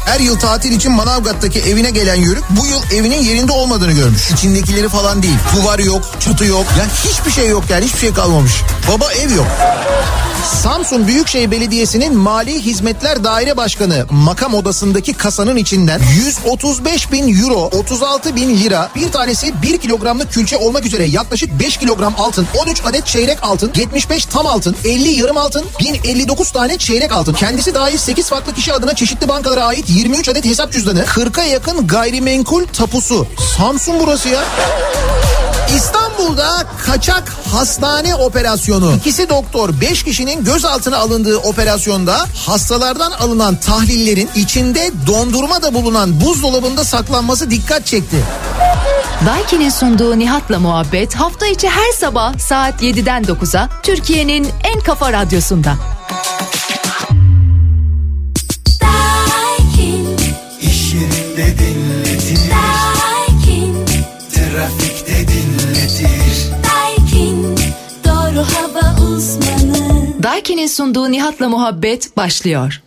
Her yıl tatil için Manavgat'taki evine gelen Yörük bu yıl evinin yerinde olmadığını görmüş. İçindekileri falan değil. Duvar yok, çatı yok. Yani hiçbir şey yok yani, hiçbir şey kalmamış. Baba ev yok. Samsun Büyükşehir Belediyesi'nin Mali Hizmetler Daire Başkanı makam odasındaki kasanın içinden 135.000 euro, 36.000 lira, bir tanesi 1 kilogramlık külçe olmak üzere yaklaşık 5 kilogram altın, 13 adet çeyrek altın, 75 tam altın, 50 yarım altın, 1059 tane çeyrek altın. Kendisi dahil 8 farklı kişi adına çeşitli bankalara ait 23 adet hesap cüzdanı, 40'a yakın gayrimenkul tapusu. Samsun burası ya. İstanbul'da kaçak hastane operasyonu. 2 doktor 5 kişinin gözaltına alındığı operasyonda hastalardan alınan tahlillerin içinde dondurma da bulunan buzdolabında saklanması dikkat çekti. Daiki'nin sunduğu Nihat'la Muhabbet hafta içi her sabah saat 7'den 9'a Türkiye'nin en kafa radyosunda. Daikin, iş yerinde dinletir. Daikin, trafikte dinletir. Daikin, doğru hava uzmanı. Daiki'nin sunduğu Nihat'la Muhabbet başlıyor.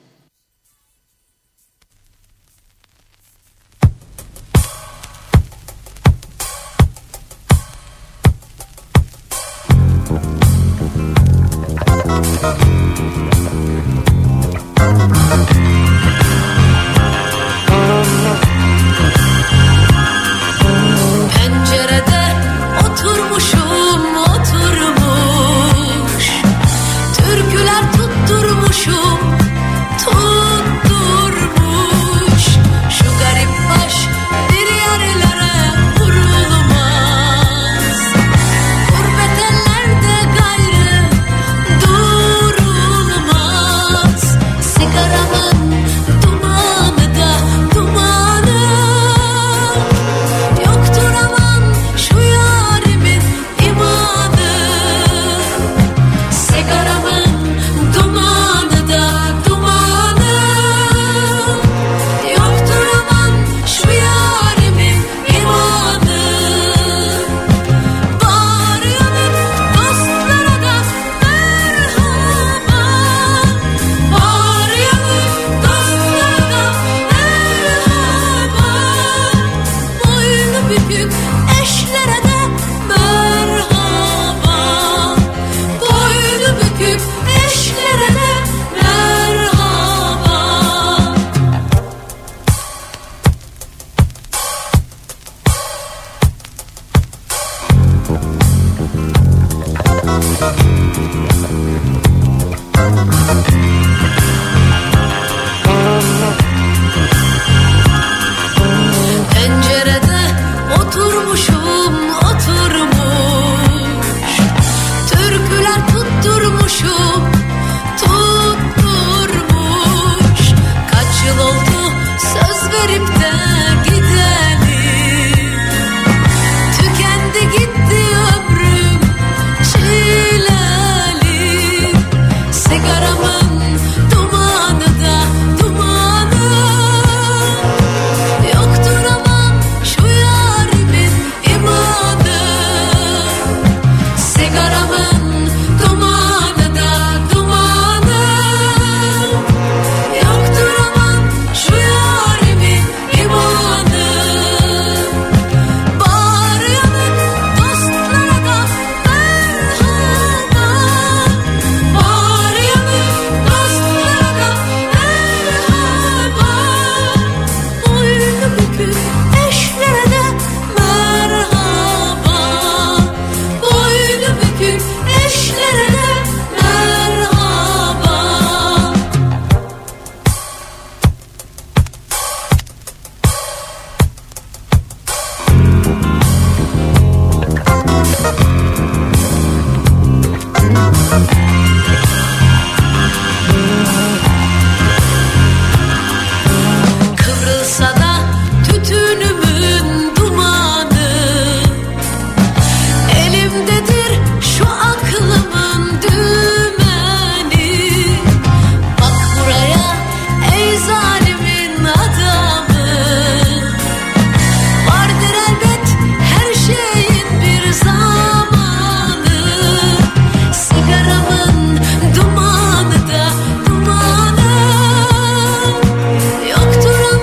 Yoktur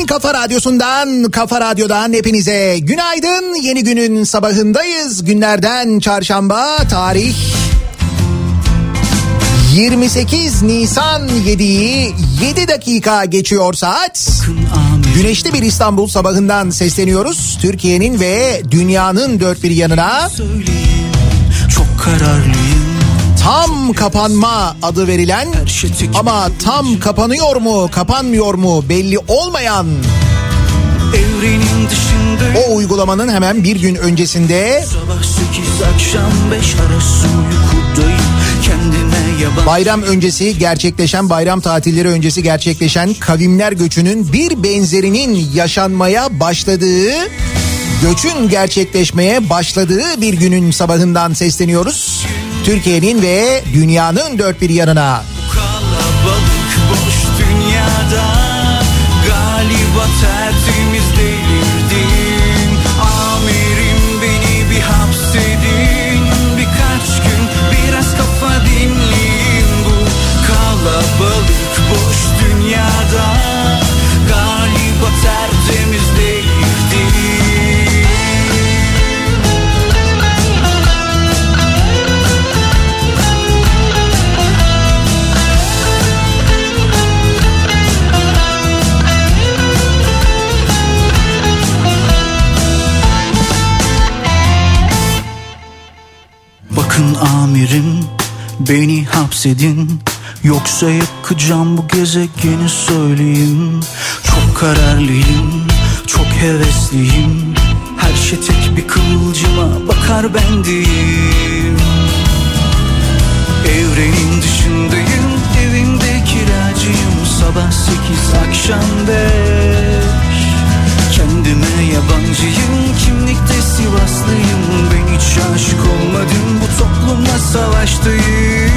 Kafa Radyosu'ndan, Kafa Radyo'dan hepinize günaydın. Yeni günün sabahındayız. Günlerden çarşamba, tarih 28 Nisan 7'yi 7 dakika geçiyor saat. Güneşli bir İstanbul sabahından sesleniyoruz. Türkiye'nin ve dünyanın dört bir yanına. Çok kararlıyım. Tam kapanma adı verilen ama tam kapanıyor mu kapanmıyor mu belli olmayan o uygulamanın hemen bir gün öncesinde bayram öncesi gerçekleşen, bayram tatilleri öncesi gerçekleşen kavimler göçünün bir benzerinin yaşanmaya başladığı, göçün gerçekleşmeye başladığı bir günün sabahından sesleniyoruz. Türkiye'nin ve dünyanın dört bir yanına. Kalabalık boş dünyada galiba tertemiz delirdim. Amirim beni bir hapsedin, birkaç gün biraz kafa dinleyeyim. Bu kalabalık boş dünyada galiba tertemiz delirdim. Bakın amirim beni hapsedin, yoksa yakacağım bu gezegeni söyleyeyim. Çok kararlıyım, çok hevesliyim, her şey tek bir kıvılcıma bakar bendeyim. Evrenin dışındayım, evimde kiracıyım, sabah 8 akşam 5. Kendime yabancıyım, kimlikte Sivaslıyım. Ben hiç aşık olmadım, bu toplumla savaştayım.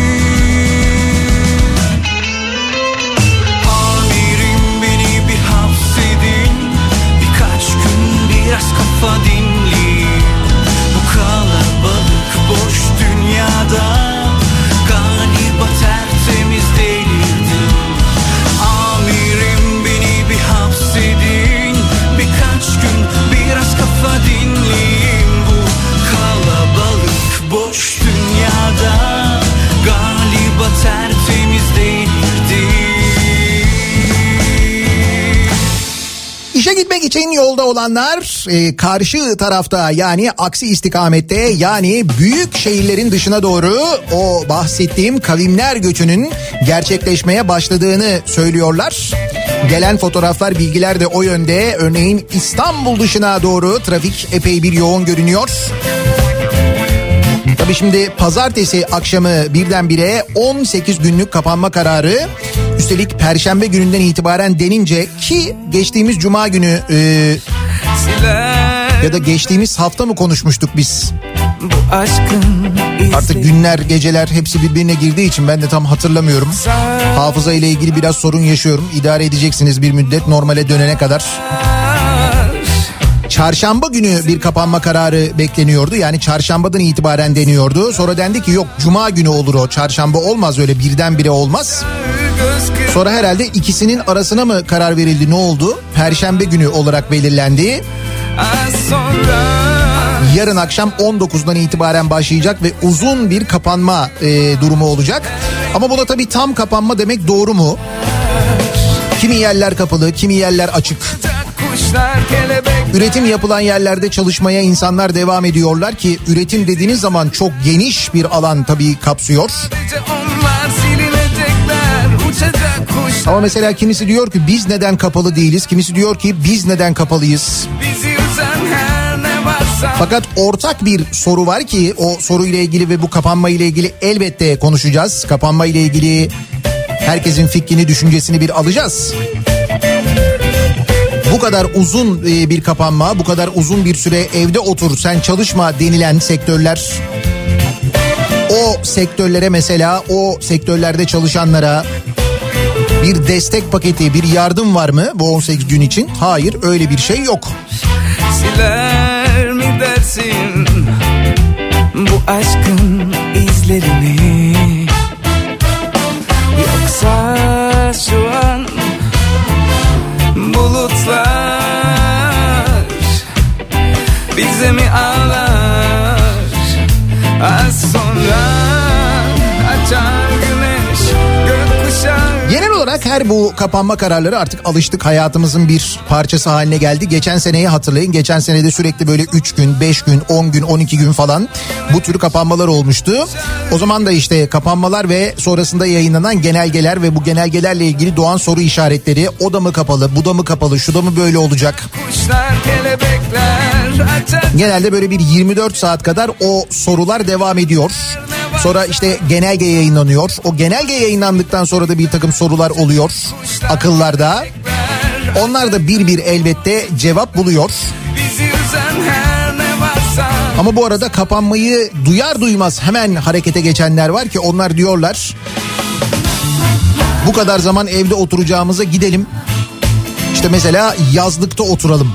Amirim beni bir hapsedin, birkaç gün biraz kafa dinleyeyim. Bu kalabalık boş dünyada galiba tertemiz delirdim. Amirim beni bir hapsedin, birkaç gün biraz kafa dinleyeyim. Bu kalabalık boş dünyada galiba tertemiz değildi. İşe gitmek için yolda olanlar karşı tarafta, yani aksi istikamette, yani büyük şehirlerin dışına doğru o bahsettiğim kavimler göçünün gerçekleşmeye başladığını söylüyorlar. Gelen fotoğraflar, bilgiler de o yönde. Örneğin İstanbul dışına doğru trafik epey bir yoğun görünüyor. Tabii şimdi pazartesi akşamı birdenbire 18 günlük kapanma kararı, üstelik Perşembe gününden itibaren denince, ki geçtiğimiz Cuma günü ya da geçtiğimiz hafta mı konuşmuştuk biz? Artık günler, geceler hepsi birbirine girdiği için ben de tam hatırlamıyorum. Hafıza ile ilgili biraz sorun yaşıyorum. İdare edeceksiniz bir müddet, normale dönene kadar. Çarşamba günü bir kapanma kararı bekleniyordu. Yani çarşambadan itibaren deniyordu. Sonra dendi ki yok, Cuma günü olur o. Çarşamba olmaz, öyle birdenbire olmaz. Sonra herhalde ikisinin arasına mı karar verildi, ne oldu? Perşembe günü olarak belirlendi. Yarın akşam 19'dan itibaren başlayacak ve uzun bir kapanma durumu olacak. Ama buna tabii tam kapanma demek doğru mu? Kimi yerler kapalı, kimi yerler açık. Üretim yapılan yerlerde çalışmaya insanlar devam ediyorlar ki üretim dediğiniz zaman çok geniş bir alan tabii kapsıyor. Ama mesela kimisi diyor ki biz neden kapalı değiliz? Kimisi diyor ki biz neden kapalıyız? Fakat ortak bir soru var ki o soruyla ilgili ve bu kapanma ile ilgili elbette konuşacağız. Kapanma ile ilgili herkesin fikrini, düşüncesini bir alacağız. Bu kadar uzun bir kapanma, bu kadar uzun bir süre evde otur, sen çalışma denilen sektörler, o sektörlere mesela, o sektörlerde çalışanlara bir destek paketi, bir yardım var mı bu 18 gün için? Hayır, öyle bir şey yok. Siler mi dersin bu aşkın izlerini, yoksa şu an bulutlar Az sonra açar güneş gökkuşağı. Genel olarak her bu kapanma kararları artık alıştık, hayatımızın bir parçası haline geldi. Geçen seneyi hatırlayın. Geçen senede sürekli böyle 3 gün, 5 gün, 10 gün, 12 gün falan bu tür kapanmalar olmuştu. O zaman da işte kapanmalar ve sonrasında yayınlanan genelgeler ve bu genelgelerle ilgili doğan soru işaretleri, o da mı kapalı, bu da mı kapalı, şu da mı böyle olacak? Kuşlar, kelebekler açar. Genelde böyle bir 24 saat kadar o sorular devam ediyor. Sonra işte genelge yayınlanıyor. O genelge yayınlandıktan sonra da bir takım sorular oluyor akıllarda. Onlar da bir bir elbette cevap buluyor. Bizi üzen her ne varsa. Ama bu arada kapanmayı duyar duymaz hemen harekete geçenler var ki onlar diyorlar: bu kadar zaman evde oturacağımıza gidelim. İşte mesela yazlıkta oturalım.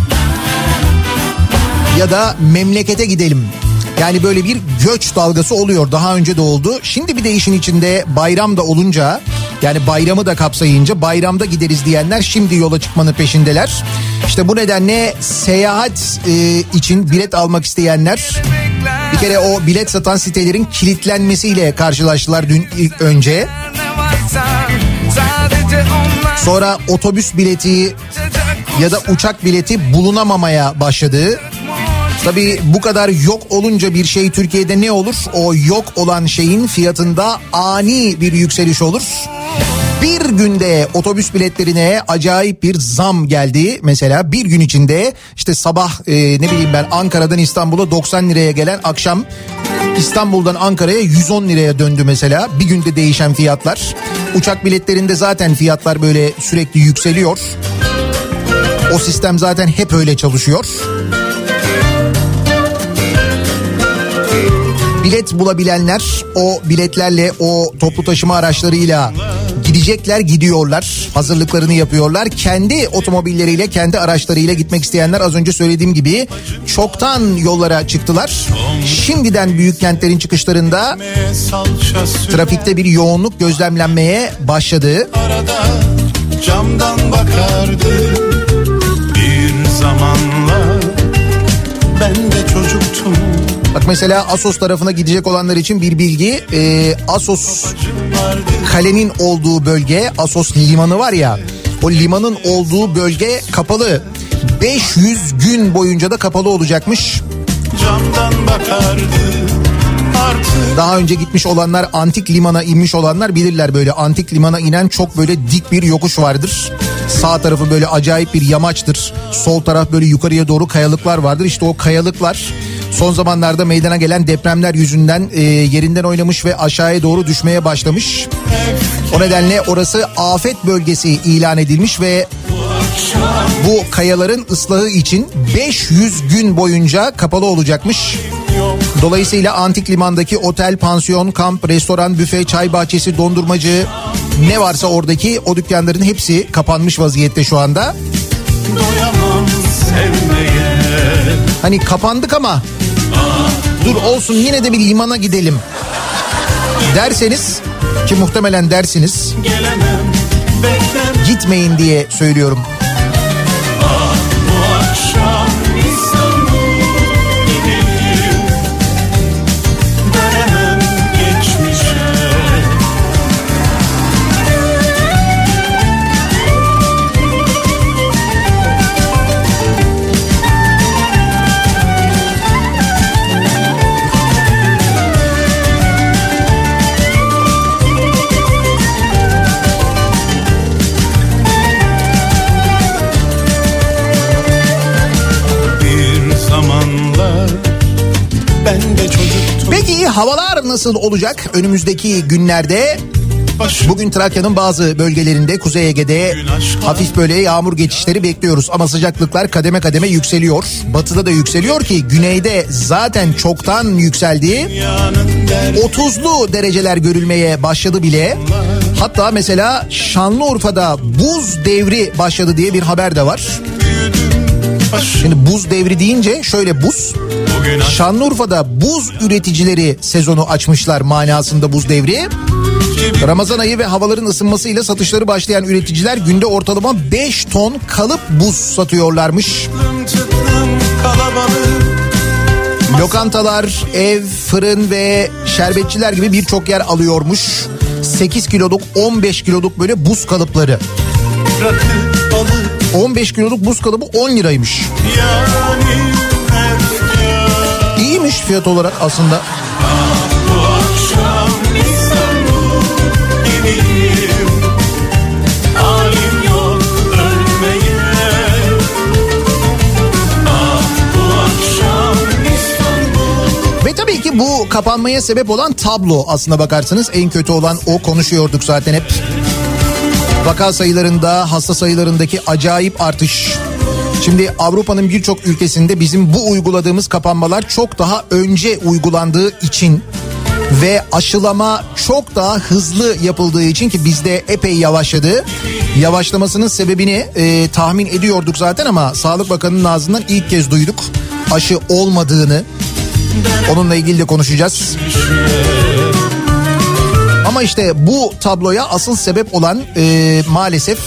Ya da memlekete gidelim. Yani böyle bir göç dalgası oluyor. Daha önce de oldu. Şimdi bir de işin içinde bayram da olunca, yani bayramı da kapsayınca bayramda gideriz diyenler şimdi yola çıkmanın peşindeler. İşte bu nedenle seyahat için bilet almak isteyenler bir kere o bilet satan sitelerin kilitlenmesiyle karşılaştılar dün ilk önce. Sonra otobüs bileti ya da uçak bileti bulunamamaya başladı. Tabii bu kadar yok olunca bir şey Türkiye'de ne olur? O yok olan şeyin fiyatında ani bir yükseliş olur. Bir günde otobüs biletlerine acayip bir zam geldi. Mesela bir gün içinde işte sabah ne bileyim ben Ankara'dan İstanbul'a 90 liraya gelen akşam İstanbul'dan Ankara'ya 110 liraya döndü mesela. Bir günde değişen fiyatlar. Uçak biletlerinde zaten fiyatlar böyle sürekli yükseliyor. O sistem zaten hep öyle çalışıyor. Bilet bulabilenler o biletlerle, o toplu taşıma araçlarıyla gidecekler, gidiyorlar. Hazırlıklarını yapıyorlar. Kendi otomobilleriyle, kendi araçlarıyla gitmek isteyenler az önce söylediğim gibi çoktan yollara çıktılar. Şimdiden büyük kentlerin çıkışlarında trafikte bir yoğunluk gözlemlenmeye başladı. Arada camdan bakardı bir zamanlar, ben de çocuktum. Bak mesela Assos tarafına gidecek olanlar için bir bilgi. Assos kalenin olduğu bölge, Assos limanı var ya, o limanın olduğu bölge kapalı. 500 gün boyunca da kapalı olacakmış. Camdan bakardı artık. Daha önce gitmiş olanlar, antik limana inmiş olanlar bilirler, böyle antik limana inen çok böyle dik bir yokuş vardır. Sağ tarafı böyle acayip bir yamaçtır. Sol taraf böyle yukarıya doğru kayalıklar vardır. İşte o kayalıklar son zamanlarda meydana gelen depremler yüzünden yerinden oynamış ve aşağıya doğru düşmeye başlamış. O nedenle orası afet bölgesi ilan edilmiş ve bu kayaların ıslahı için 500 gün boyunca kapalı olacakmış. Dolayısıyla antik limandaki otel, pansiyon, kamp, restoran, büfe, çay bahçesi, dondurmacı ne varsa oradaki o dükkanların hepsi kapanmış vaziyette şu anda. Hani kapandık ama dur olsun yine de bir limana gidelim derseniz, ki muhtemelen dersiniz, gitmeyin diye söylüyorum. Peki havalar nasıl olacak önümüzdeki günlerde? Bugün Trakya'nın bazı bölgelerinde, Kuzey Ege'de hafif böyle yağmur geçişleri bekliyoruz. Ama sıcaklıklar kademe kademe yükseliyor. Batıda da yükseliyor ki güneyde zaten çoktan yükseldi. 30'lu dereceler görülmeye başladı bile. Hatta mesela Şanlıurfa'da buz devri başladı diye bir haber de var. Şimdi buz devri deyince şöyle buz. Şanlıurfa'da buz üreticileri sezonu açmışlar manasında buz devri. Ramazan ayı ve havaların ısınmasıyla satışları başlayan üreticiler günde ortalama 5 ton kalıp buz satıyorlarmış. Lokantalar, ev, fırın ve şerbetçiler gibi birçok yer alıyormuş. 8 kiloluk, 15 kiloluk böyle buz kalıpları. 15 kiloluk buz kalıbı 10 liraymış. İyiymiş fiyat olarak aslında. Bu akşam İstanbul gibiyim. Halim yok ölmeye. Bu akşam İstanbul. Ve tabii ki bu kapanmaya sebep olan tablo, aslına bakarsanız en kötü olan o, konuşuyorduk zaten hep. Vaka sayılarında, hasta sayılarındaki acayip artış. Şimdi Avrupa'nın birçok ülkesinde bizim bu uyguladığımız kapanmalar çok daha önce uygulandığı için ve aşılama çok daha hızlı yapıldığı için ki bizde epey yavaşladı. Yavaşlamasının sebebini tahmin ediyorduk zaten ama Sağlık Bakanı'nın ağzından ilk kez duyduk aşı olmadığını. Onunla ilgili de konuşacağız. Ama işte bu tabloya asıl sebep olan maalesef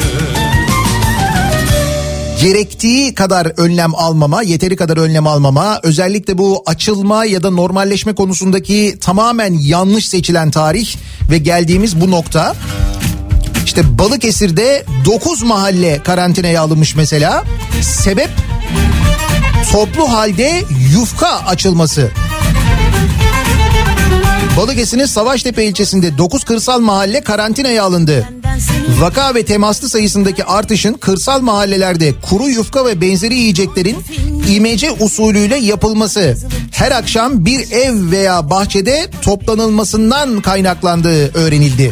gerektiği kadar önlem almama, yeteri kadar önlem almama, özellikle bu açılma ya da normalleşme konusundaki tamamen yanlış seçilen tarih ve geldiğimiz bu nokta. İşte Balıkesir'de 9 mahalle karantinaya alınmış mesela. Sebep toplu halde yufka açılması. Balıkesir'in Savaştepe ilçesinde 9 kırsal mahalle karantinaya alındı. Vaka ve temaslı sayısındaki artışın kırsal mahallelerde kuru yufka ve benzeri yiyeceklerin imece usulüyle yapılması, her akşam bir ev veya bahçede toplanılmasından kaynaklandığı öğrenildi.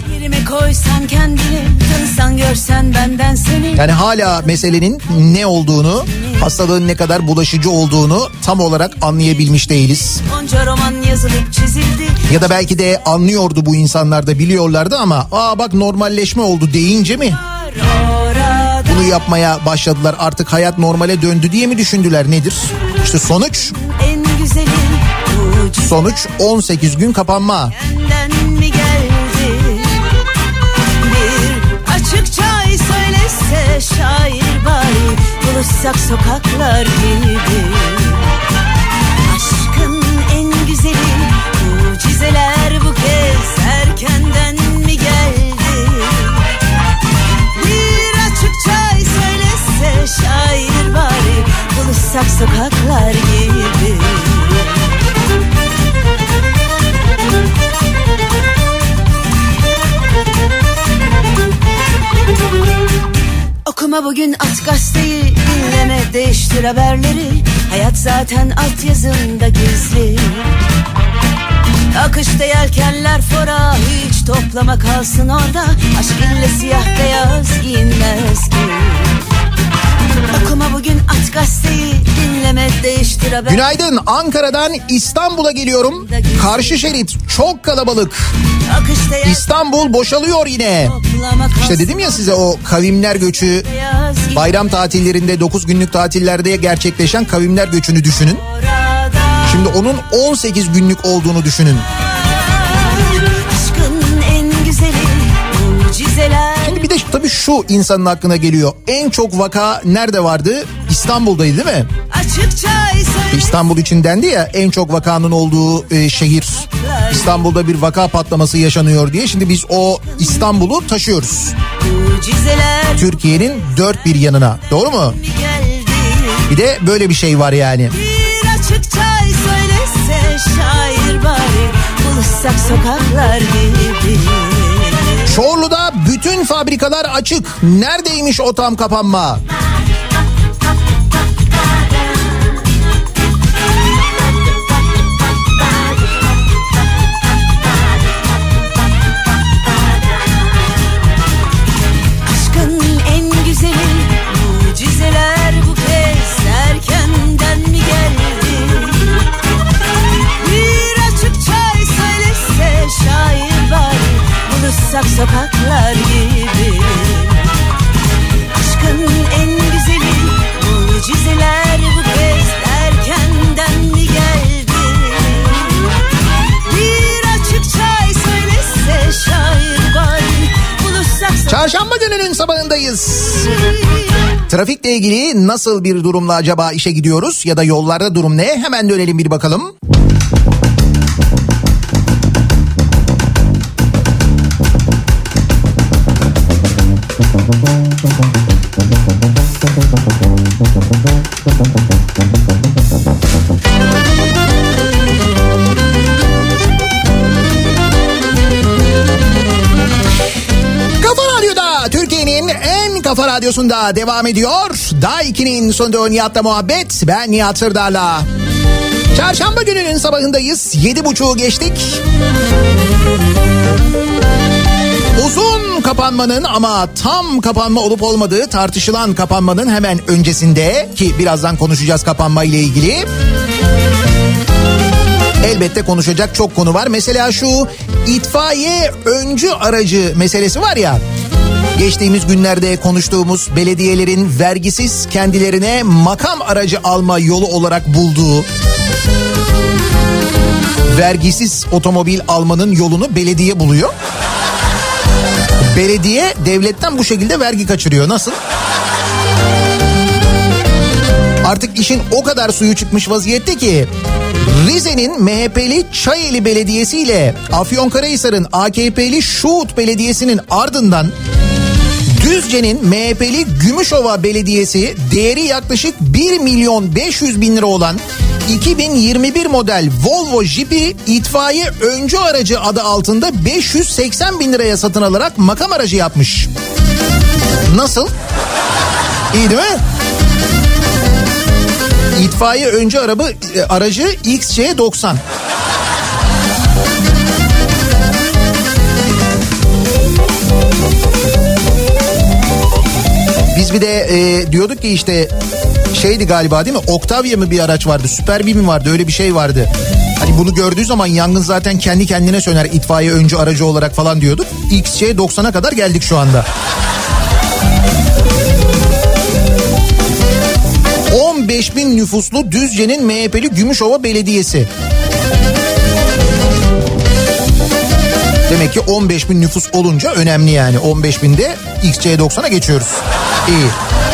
Yani hala meselenin ne olduğunu, hastalığın ne kadar bulaşıcı olduğunu tam olarak anlayabilmiş değiliz. Ya da belki de anlıyordu bu insanlar da, biliyorlardı ama bak normalleşme oldu deyince mi bunu yapmaya başladılar, artık hayat normale döndü diye mi düşündüler, nedir? İşte sonuç 18 gün kapanma. Açıkça söylese şair bari, buluşsak sokaklar gibi. Aşkın en güzeli, mucizeler bu kez erkenden mi geldi? Bir açıkça söylese şair bari, buluşsak sokaklar gibi. Okuma bugün, aç gazeteyi, dinleme, değiştir haberleri. Hayat zaten altyazında gizli. Akışta yelkenler fora, hiç toplama kalsın orada. Aşk ille siyah beyaz giyinmez ki. Okuma bugün, aç gazeteyi, dinleme, değiştir haberleri. Günaydın, Ankara'dan İstanbul'a geliyorum. Karşı şerit çok kalabalık. İstanbul boşalıyor yine. İşte dedim ya size, o kavimler göçü, bayram tatillerinde 9 günlük tatillerde gerçekleşen kavimler göçünü düşünün. Şimdi onun 18 günlük olduğunu düşünün. Şimdi bir de tabii şu insanın aklına geliyor. En çok vaka nerede vardı? İstanbul'daydı değil mi? İstanbul için dendi ya, en çok vakanın olduğu şehir. İstanbul'da bir vaka patlaması yaşanıyor diye. Şimdi biz o İstanbul'u taşıyoruz Türkiye'nin dört bir yanına. Doğru mu? Bir de böyle bir şey var yani. Bir açıkça söylese şair bari, buluşsak sokaklar gibi. Çorlu'da bütün fabrikalar açık. Neredeymiş o tam kapanma? Aşkın en güzeli, mucizeler bu kez erkenden mi geldi? Bir açıkça söylese şair bari, buluşsak sokaklar gibi. Aşkın en güzeli, mucizeler bu kez erkenden mi geldi? Bir açıkça söylese şair bari, buluşsak sokaklar. Çarşamba gününün sabahındayız. Trafikle ilgili nasıl bir durumla acaba işe gidiyoruz ya da yollarda durum ne? Hemen dönelim bir bakalım. Kafa Radyosu'nda devam ediyor. Daiki'nin sonunda Nihat'la muhabbet. Ben Nihat Sırdar'la. Çarşamba gününün sabahındayız. 7.30'u geçtik. Uzun kapanmanın ama tam kapanma olup olmadığı tartışılan kapanmanın hemen öncesinde, ki birazdan konuşacağız kapanma ile ilgili. Elbette konuşacak çok konu var. Mesela şu itfaiye öncü aracı meselesi var ya. Geçtiğimiz günlerde konuştuğumuz belediyelerin vergisiz kendilerine makam aracı alma yolu olarak bulduğu, vergisiz otomobil almanın yolunu belediye buluyor. Belediye devletten bu şekilde vergi kaçırıyor. Nasıl? Artık işin o kadar suyu çıkmış vaziyette ki Rize'nin MHP'li Çayeli Belediyesi ile Afyonkarahisar'ın AKP'li Şuhut Belediyesi'nin ardından Düzce'nin MHP'li Gümüşova Belediyesi değeri yaklaşık 1.500.000 lira olan 2021 model Volvo Jeep'i itfaiye öncü aracı adı altında 580.000 liraya satın alarak makam aracı yapmış. Nasıl? İyi değil mi? İtfaiye öncü aracı XC90. Biz bir de diyorduk ki işte şeydi galiba değil mi? Octavia mı bir araç vardı? Süper B mi vardı? Öyle bir şey vardı. Hani bunu gördüğü zaman yangın zaten kendi kendine söner itfaiye öncü aracı olarak falan diyorduk. XC90'a kadar geldik şu anda. 15.000 nüfuslu Düzce'nin MHP'li Gümüşova Belediyesi. Demek ki 15.000 nüfus olunca önemli yani. 15.000'de XC90'a geçiyoruz. İyi.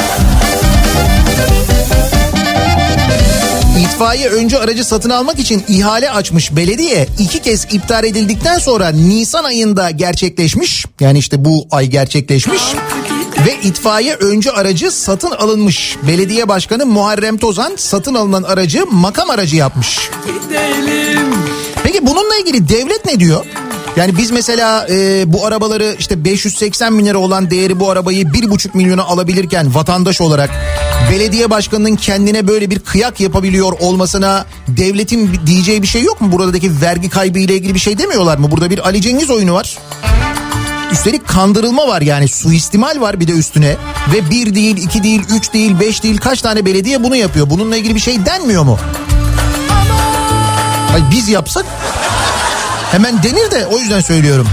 İtfaiye öncü aracı satın almak için ihale açmış belediye 2 kez iptal edildikten sonra Nisan ayında gerçekleşmiş. Yani işte bu ay gerçekleşmiş. Ve itfaiye öncü aracı satın alınmış. Belediye Başkanı Muharrem Tozan satın alınan aracı makam aracı yapmış. Peki bununla ilgili devlet ne diyor? Yani biz mesela bu arabaları işte 580.000 lira olan değeri bu arabayı 1,5 milyona alabilirken vatandaş olarak belediye başkanının kendine böyle bir kıyak yapabiliyor olmasına devletin diyeceği bir şey yok mu? Buradaki vergi kaybı ile ilgili bir şey demiyorlar mı? Burada bir Ali Cengiz oyunu var. Üstelik kandırılma var, yani suistimal var bir de üstüne. Ve 1 değil, 2 değil, 3 değil, 5 değil, kaç tane belediye bunu yapıyor? Bununla ilgili bir şey denmiyor mu? Hayır, biz yapsak hemen denir de o yüzden söylüyorum.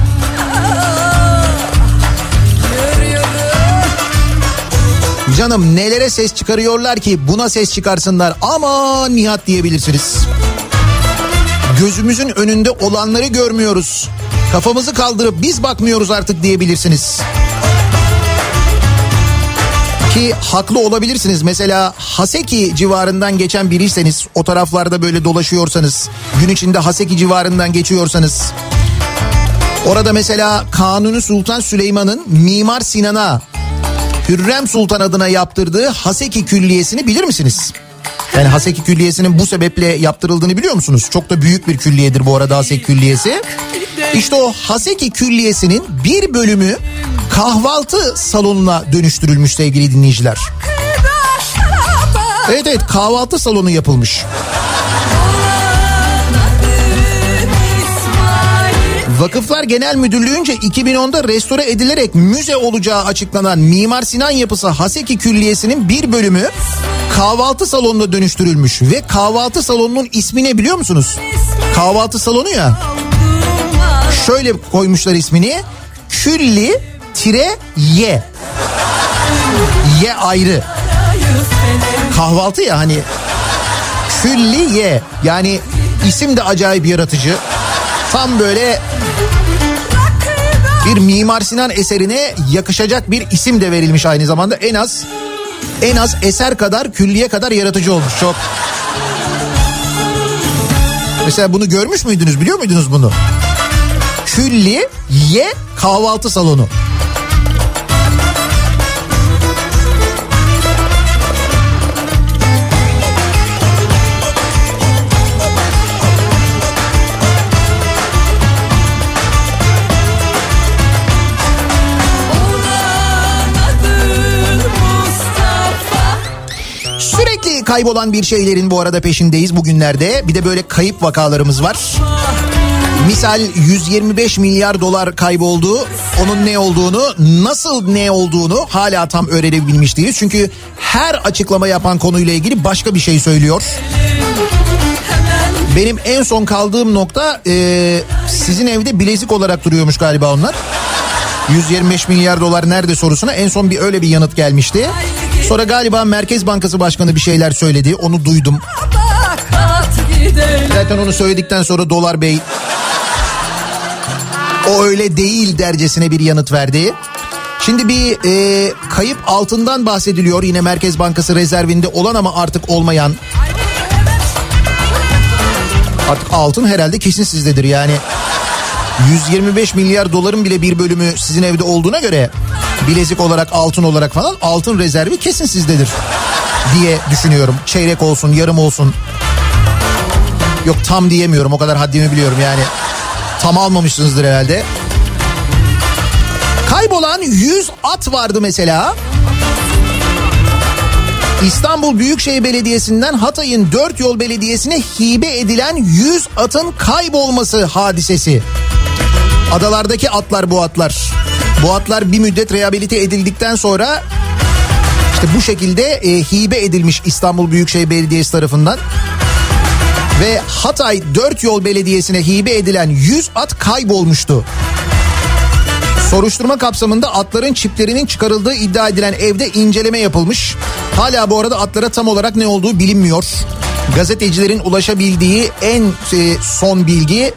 Canım nelere ses çıkarıyorlar ki buna ses çıkarsınlar. Aman Nihat diyebilirsiniz. Gözümüzün önünde olanları görmüyoruz. Kafamızı kaldırıp biz bakmıyoruz artık diyebilirsiniz. Ki haklı olabilirsiniz. Mesela Haseki civarından geçen biriyseniz, o taraflarda böyle dolaşıyorsanız, gün içinde Haseki civarından geçiyorsanız, orada mesela Kanuni Sultan Süleyman'ın Mimar Sinan'a Hürrem Sultan adına yaptırdığı Haseki Külliyesi'ni bilir misiniz? Yani Haseki Külliyesi'nin bu sebeple yaptırıldığını biliyor musunuz? Çok da büyük bir külliyedir bu arada Haseki Külliyesi. İşte o Haseki Külliyesi'nin bir bölümü kahvaltı salonuna dönüştürülmüş sevgili dinleyiciler. Evet kahvaltı salonu yapılmış. Vakıflar Genel Müdürlüğü'nce 2010'da restore edilerek müze olacağı açıklanan Mimar Sinan yapısı Haseki Külliyesi'nin bir bölümü kahvaltı salonuna dönüştürülmüş. Ve kahvaltı salonunun ismi ne biliyor musunuz? Kahvaltı salonu ya. Şöyle koymuşlar ismini. Külli-ye. Ye ayrı. Kahvaltı ya hani. Külli-ye. Yani isim de acayip yaratıcı. Tam böyle bir Mimar Sinan eserine yakışacak bir isim de verilmiş aynı zamanda. En az En az eser kadar, külliye kadar yaratıcı olmuş. Çok. Mesela bunu görmüş müydünüz, biliyor muydunuz bunu? Külliye kahvaltı salonu. Sürekli kaybolan bir şeylerin bu arada peşindeyiz bugünlerde. Bir de böyle kayıp vakalarımız var. Misal 125 milyar dolar kayboldu. Onun ne olduğunu, nasıl ne olduğunu hala tam öğrenebilmiş değiliz. Çünkü her açıklama yapan konuyla ilgili başka bir şey söylüyor. Benim en son kaldığım nokta sizin evde bilezik olarak duruyormuş galiba onlar. 125 milyar dolar nerede sorusuna en son öyle bir yanıt gelmişti. Sonra galiba Merkez Bankası Başkanı bir şeyler söyledi. Onu duydum. Zaten onu söyledikten sonra Dolar Bey o öyle değil dercesine bir yanıt verdi. Şimdi bir kayıp altından bahsediliyor. Yine Merkez Bankası rezervinde olan ama artık olmayan. Artık altın herhalde kesin sizdedir yani. 125 milyar doların bile bir bölümü sizin evde olduğuna göre bilezik olarak, altın olarak falan, altın rezervi kesin sizdedir diye düşünüyorum. Çeyrek olsun, yarım olsun. Yok, tam diyemiyorum, o kadar haddimi biliyorum yani. Tam almamışsınızdır herhalde. Kaybolan 100 at vardı mesela. İstanbul Büyükşehir Belediyesi'nden Hatay'ın 4 Yol Belediyesi'ne hibe edilen 100 atın kaybolması hadisesi. Adalardaki atlar bu atlar. Bu atlar bir müddet rehabilite edildikten sonra işte bu şekilde hibe edilmiş İstanbul Büyükşehir Belediyesi tarafından. Ve Hatay 4 Yol Belediyesi'ne hibe edilen 100 at kaybolmuştu. Soruşturma kapsamında atların çiplerinin çıkarıldığı iddia edilen evde inceleme yapılmış. Hala bu arada atlara tam olarak ne olduğu bilinmiyor. Gazetecilerin ulaşabildiği en son bilgi,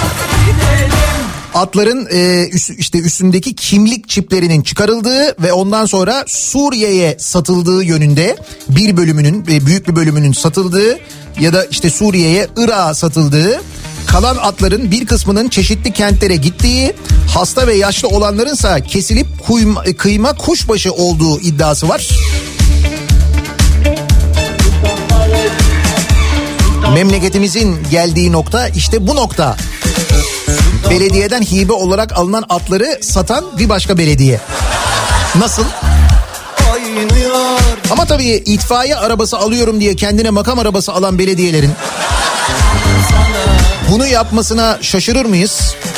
atların işte üstündeki kimlik çiplerinin çıkarıldığı ve ondan sonra Suriye'ye satıldığı yönünde, bir bölümünün, büyük bir bölümünün satıldığı ya da işte Suriye'ye, Irak'a satıldığı, kalan atların bir kısmının çeşitli kentlere gittiği, hasta ve yaşlı olanlarınsa kesilip kıyma kuşbaşı olduğu iddiası var. Memleketimizin geldiği nokta işte bu nokta. Belediyeden hibe olarak alınan atları satan bir başka belediye. Nasıl? Ama tabii itfaiye arabası alıyorum diye kendine makam arabası alan belediyelerin bunu yapmasına şaşırır mıyız?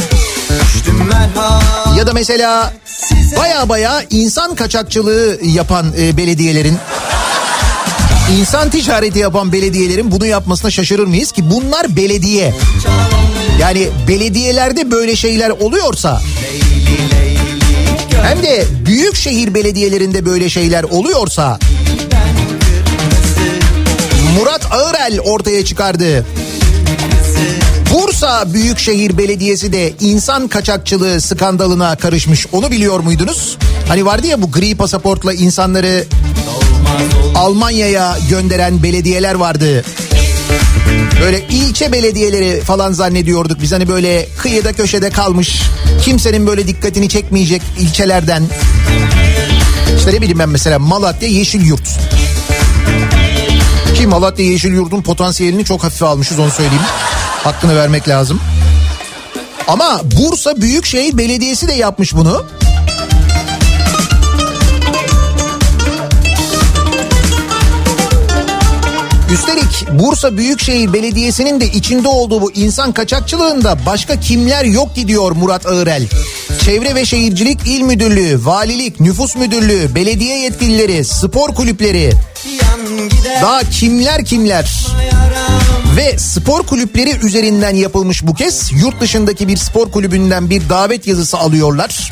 Ya da mesela baya insan kaçakçılığı yapan belediyelerin, insan ticareti yapan belediyelerin bunu yapmasına şaşırır mıyız ki? Bunlar belediye. Yani belediyelerde böyle şeyler oluyorsa, hem de büyük şehir belediyelerinde böyle şeyler oluyorsa, Murat Ağırel ortaya çıkardı. Bursa Büyükşehir Belediyesi de insan kaçakçılığı skandalına karışmış. Onu biliyor muydunuz? Hani vardı ya bu gri pasaportla insanları Almanya'ya gönderen belediyeler vardı. Böyle ilçe belediyeleri falan zannediyorduk biz, hani böyle kıyıda köşede kalmış, kimsenin böyle dikkatini çekmeyecek ilçelerden. İşte ne bileyim ben, mesela Malatya Yeşilyurt. Ki Malatya Yeşilyurt'un potansiyelini çok hafife almışız, onu söyleyeyim. Hakkını vermek lazım. Ama Bursa Büyükşehir Belediyesi de yapmış bunu. Üstelik Bursa Büyükşehir Belediyesi'nin de içinde olduğu bu insan kaçakçılığında başka kimler yok ki diyor Murat Ağırel. Çevre ve Şehircilik İl Müdürlüğü, Valilik, Nüfus Müdürlüğü, belediye yetkilileri, spor kulüpleri, daha kimler. Ve spor kulüpleri üzerinden yapılmış bu kez. Yurt dışındaki bir spor kulübünden bir davet yazısı alıyorlar.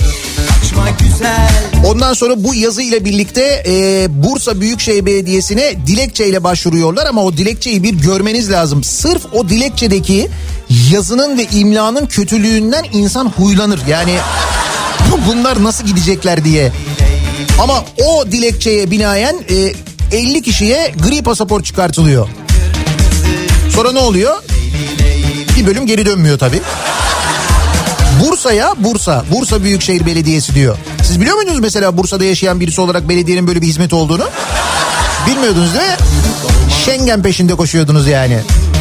Ondan sonra bu yazı ile birlikte Bursa Büyükşehir Belediyesi'ne dilekçeyle başvuruyorlar ama o dilekçeyi bir görmeniz lazım. Sırf o dilekçedeki yazının ve imlanın kötülüğünden insan huylanır. Yani bunlar nasıl gidecekler diye. Ama o dilekçeye binaen 50 kişiye gri pasaport çıkartılıyor. Sonra ne oluyor? Bir bölüm geri dönmüyor tabii. Bursa'ya Bursa Büyükşehir Belediyesi diyor. Siz biliyor muydunuz mesela Bursa'da yaşayan birisi olarak belediyenin böyle bir hizmet olduğunu? Bilmiyordunuz değil mi? Schengen peşinde koşuyordunuz yani.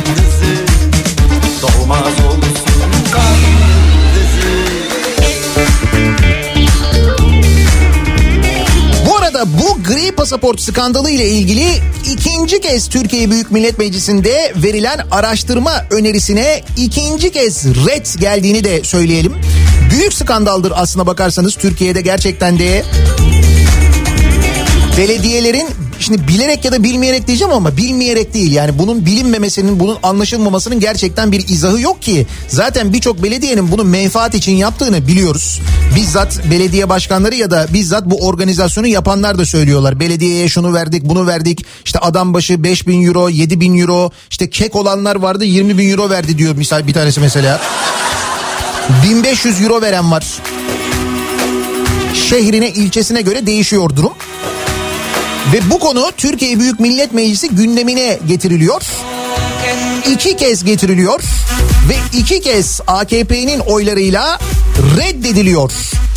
Bu arada bu gri pasaport skandalı ile ilgili ikinci kez Türkiye Büyük Millet Meclisi'nde verilen araştırma önerisine ikinci kez red geldiğini de söyleyelim. Büyük skandaldır aslına bakarsanız Türkiye'de gerçekten de belediyelerin, şimdi bilerek ya da bilmeyerek diyeceğim ama bilmeyerek değil, yani bunun bilinmemesinin, bunun anlaşılmamasının gerçekten bir izahı yok ki. Zaten birçok belediyenin bunu menfaat için yaptığını biliyoruz. Bizzat belediye başkanları ya da bizzat bu organizasyonu yapanlar da söylüyorlar. Belediyeye şunu verdik, bunu verdik, işte adam başı 5.000 euro, 7.000 euro, işte kek olanlar vardı 20.000 euro verdi diyor misal bir tanesi mesela. 1500 euro veren var. Şehrine, ilçesine göre değişiyor durum. Ve bu konu Türkiye Büyük Millet Meclisi gündemine getiriliyor. 2 kez getiriliyor ve 2 kez AKP'nin oylarıyla reddediliyor.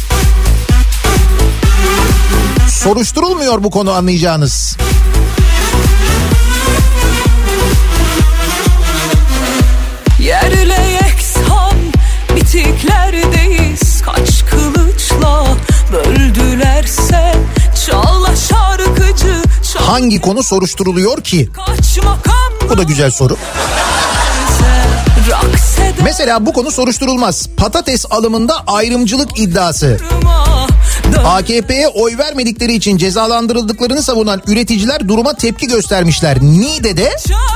Soruşturulmuyor bu konu, anlayacağınız. Yerle yeksan bitiklerdeyiz, kaç kılıçla böldülerse çağla şarkıcı. Hangi konu soruşturuluyor ki? Bu da güzel soru. Mesela bu konu soruşturulmaz. Patates alımında ayrımcılık iddiası. AKP'ye oy vermedikleri için cezalandırıldıklarını savunan üreticiler duruma tepki göstermişler. Niğde'de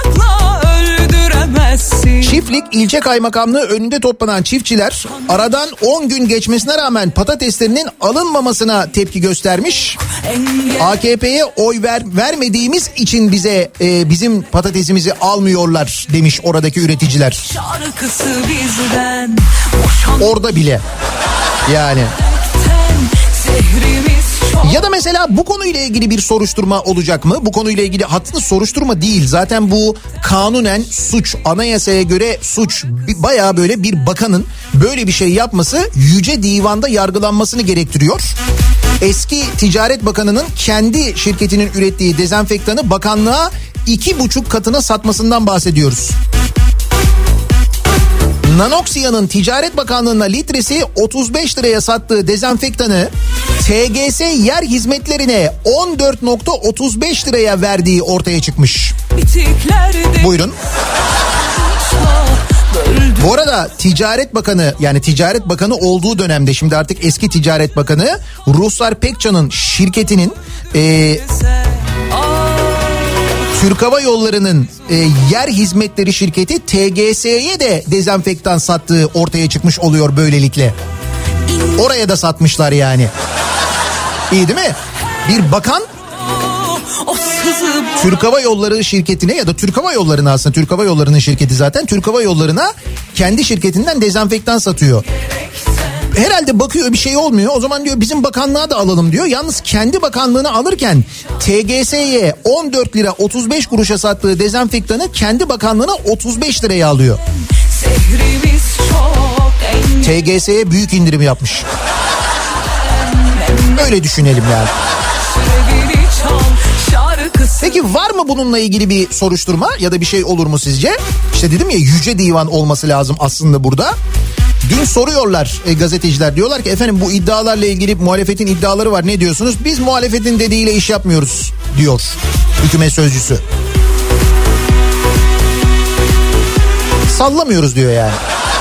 Çiftlik İlçe Kaymakamlığı önünde toplanan çiftçiler aradan 10 gün geçmesine rağmen patateslerinin alınmamasına tepki göstermiş. AKP'ye oy vermediğimiz için bize bizim patatesimizi almıyorlar demiş oradaki üreticiler. Orada bile yani. Ya da mesela bu konuyla ilgili bir soruşturma olacak mı? Bu konuyla ilgili hatta soruşturma değil. Zaten bu kanunen suç. Anayasaya göre suç. Bayağı böyle bir bakanın böyle bir şey yapması Yüce Divan'da yargılanmasını gerektiriyor. Eski Ticaret Bakanı'nın kendi şirketinin ürettiği dezenfektanı bakanlığa 2,5 katına satmasından bahsediyoruz. Nanoxia'nın Ticaret Bakanlığı'na litresi 35 liraya sattığı dezenfektanı TGS yer hizmetlerine 14.35 liraya verdiği ortaya çıkmış. Buyurun. Bu arada Ticaret Bakanı, yani Ticaret Bakanı olduğu dönemde, şimdi artık eski Ticaret Bakanı Ruhsar Pekcan'ın şirketinin Türk Hava Yolları'nın yer hizmetleri şirketi TGS'ye de dezenfektan sattığı ortaya çıkmış oluyor böylelikle. Oraya da satmışlar yani. İyi değil mi? Bir bakan Türk Hava Yolları şirketine ya da Türk Hava Yolları'na, aslında Türk Hava Yolları'nın şirketi zaten, Türk Hava Yolları'na kendi şirketinden dezenfektan satıyor. Herhalde bakıyor bir şey olmuyor, o zaman diyor bizim bakanlığa da alalım diyor. Yalnız kendi bakanlığını alırken TGS'ye 14 lira 35 kuruşa sattığı dezenfektanı kendi bakanlığına 35 liraya alıyor. TGS'ye büyük indirim yapmış. Öyle düşünelim yani. Peki var mı bununla ilgili bir soruşturma ya da bir şey olur mu sizce? İşte dedim ya, Yüce Divan olması lazım aslında burada. Dün soruyorlar gazeteciler, diyorlar ki efendim bu iddialarla ilgili muhalefetin iddiaları var, ne diyorsunuz? Biz muhalefetin dediğiyle iş yapmıyoruz diyor hükümet sözcüsü. Sallamıyoruz diyor yani.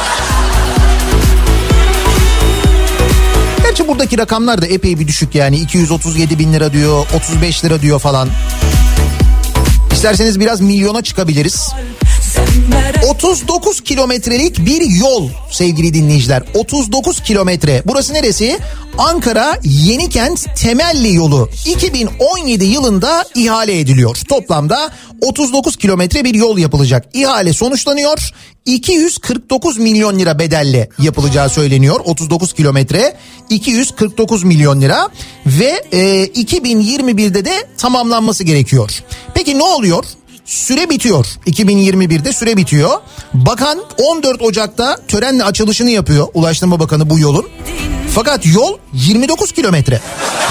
Gerçi buradaki rakamlar da epey bir düşük yani, 237 bin lira diyor, 35 lira diyor falan. İsterseniz biraz milyona çıkabiliriz. günlere 39 kilometrelik bir yol sevgili dinleyiciler. 39 kilometre. Burası neresi? Ankara Yenikent Temelli yolu 2017 yılında ihale ediliyor. Toplamda 39 kilometre bir yol yapılacak. İhale sonuçlanıyor. 249 milyon lira bedelle yapılacağı söyleniyor. 39 kilometre 249 milyon lira ve 2021'de de tamamlanması gerekiyor. Peki ne oluyor? Süre bitiyor. 2021'de süre bitiyor. Bakan 14 Ocak'ta törenle açılışını yapıyor. Ulaştırma Bakanı bu yolun. Fakat yol 29 kilometre.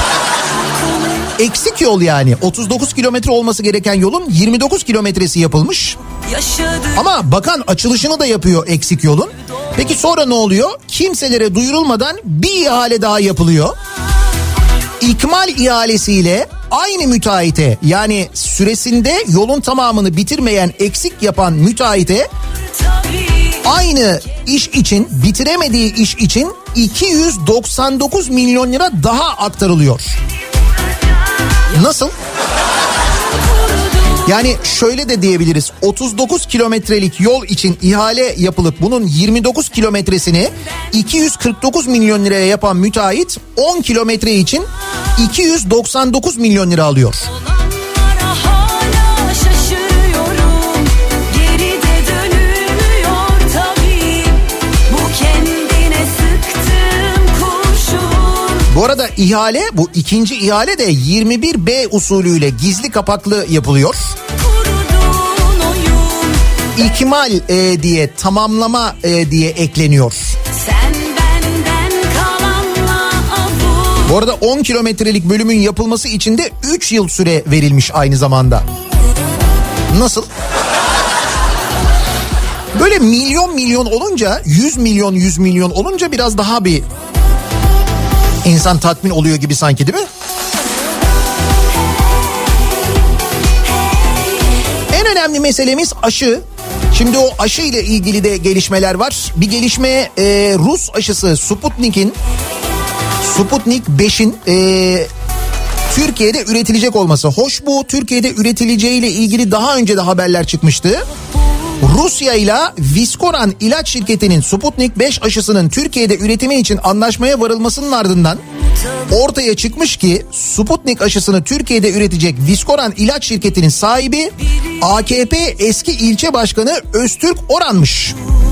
Eksik yol yani. 39 kilometre olması gereken yolun 29 kilometresi yapılmış. yaşadık. Ama bakan açılışını da yapıyor eksik yolun. Peki sonra ne oluyor? Kimselere duyurulmadan bir ihale daha yapılıyor. İkmal ihalesiyle aynı müteahhite, yani süresinde yolun tamamını bitirmeyen, eksik yapan müteahhite aynı iş için, bitiremediği iş için 299 milyon lira daha aktarılıyor. Nasıl? Yani şöyle de diyebiliriz. 39 kilometrelik yol için ihale yapılıp bunun 29 kilometresini 249 milyon liraya yapan müteahhit 10 kilometre için 299 milyon lira alıyor. Olanlara hala şaşırıyorum. Geride dönülmüyor tabii. Bu kendine sıktığım kurşun. Bu arada ihale, bu ikinci ihale de 21B usulüyle gizli kapaklı yapılıyor. Kurduğun oyun. İkmal diye, tamamlama diye ekleniyor. Sen benden kalanla avun. Bu arada 10 kilometrelik bölümün yapılması için de 3 yıl süre verilmiş aynı zamanda. Nasıl? Böyle milyon milyon olunca, 100 milyon olunca biraz daha bir insan tatmin oluyor gibi sanki, değil mi? En önemli meselemiz aşı. Şimdi o aşı ile ilgili de gelişmeler var. Bir gelişme, Rus aşısı Sputnik 5'in Türkiye'de üretilecek olması. Hoş, bu Türkiye'de üretileceğiyle ilgili daha önce de haberler çıkmıştı. Rusya ile Viskoran ilaç şirketinin Sputnik 5 aşısının Türkiye'de üretimi için anlaşmaya varılmasının ardından ortaya çıkmış ki Sputnik aşısını Türkiye'de üretecek Viskoran ilaç şirketinin sahibi AKP eski ilçe başkanı Öztürk Oran'mış.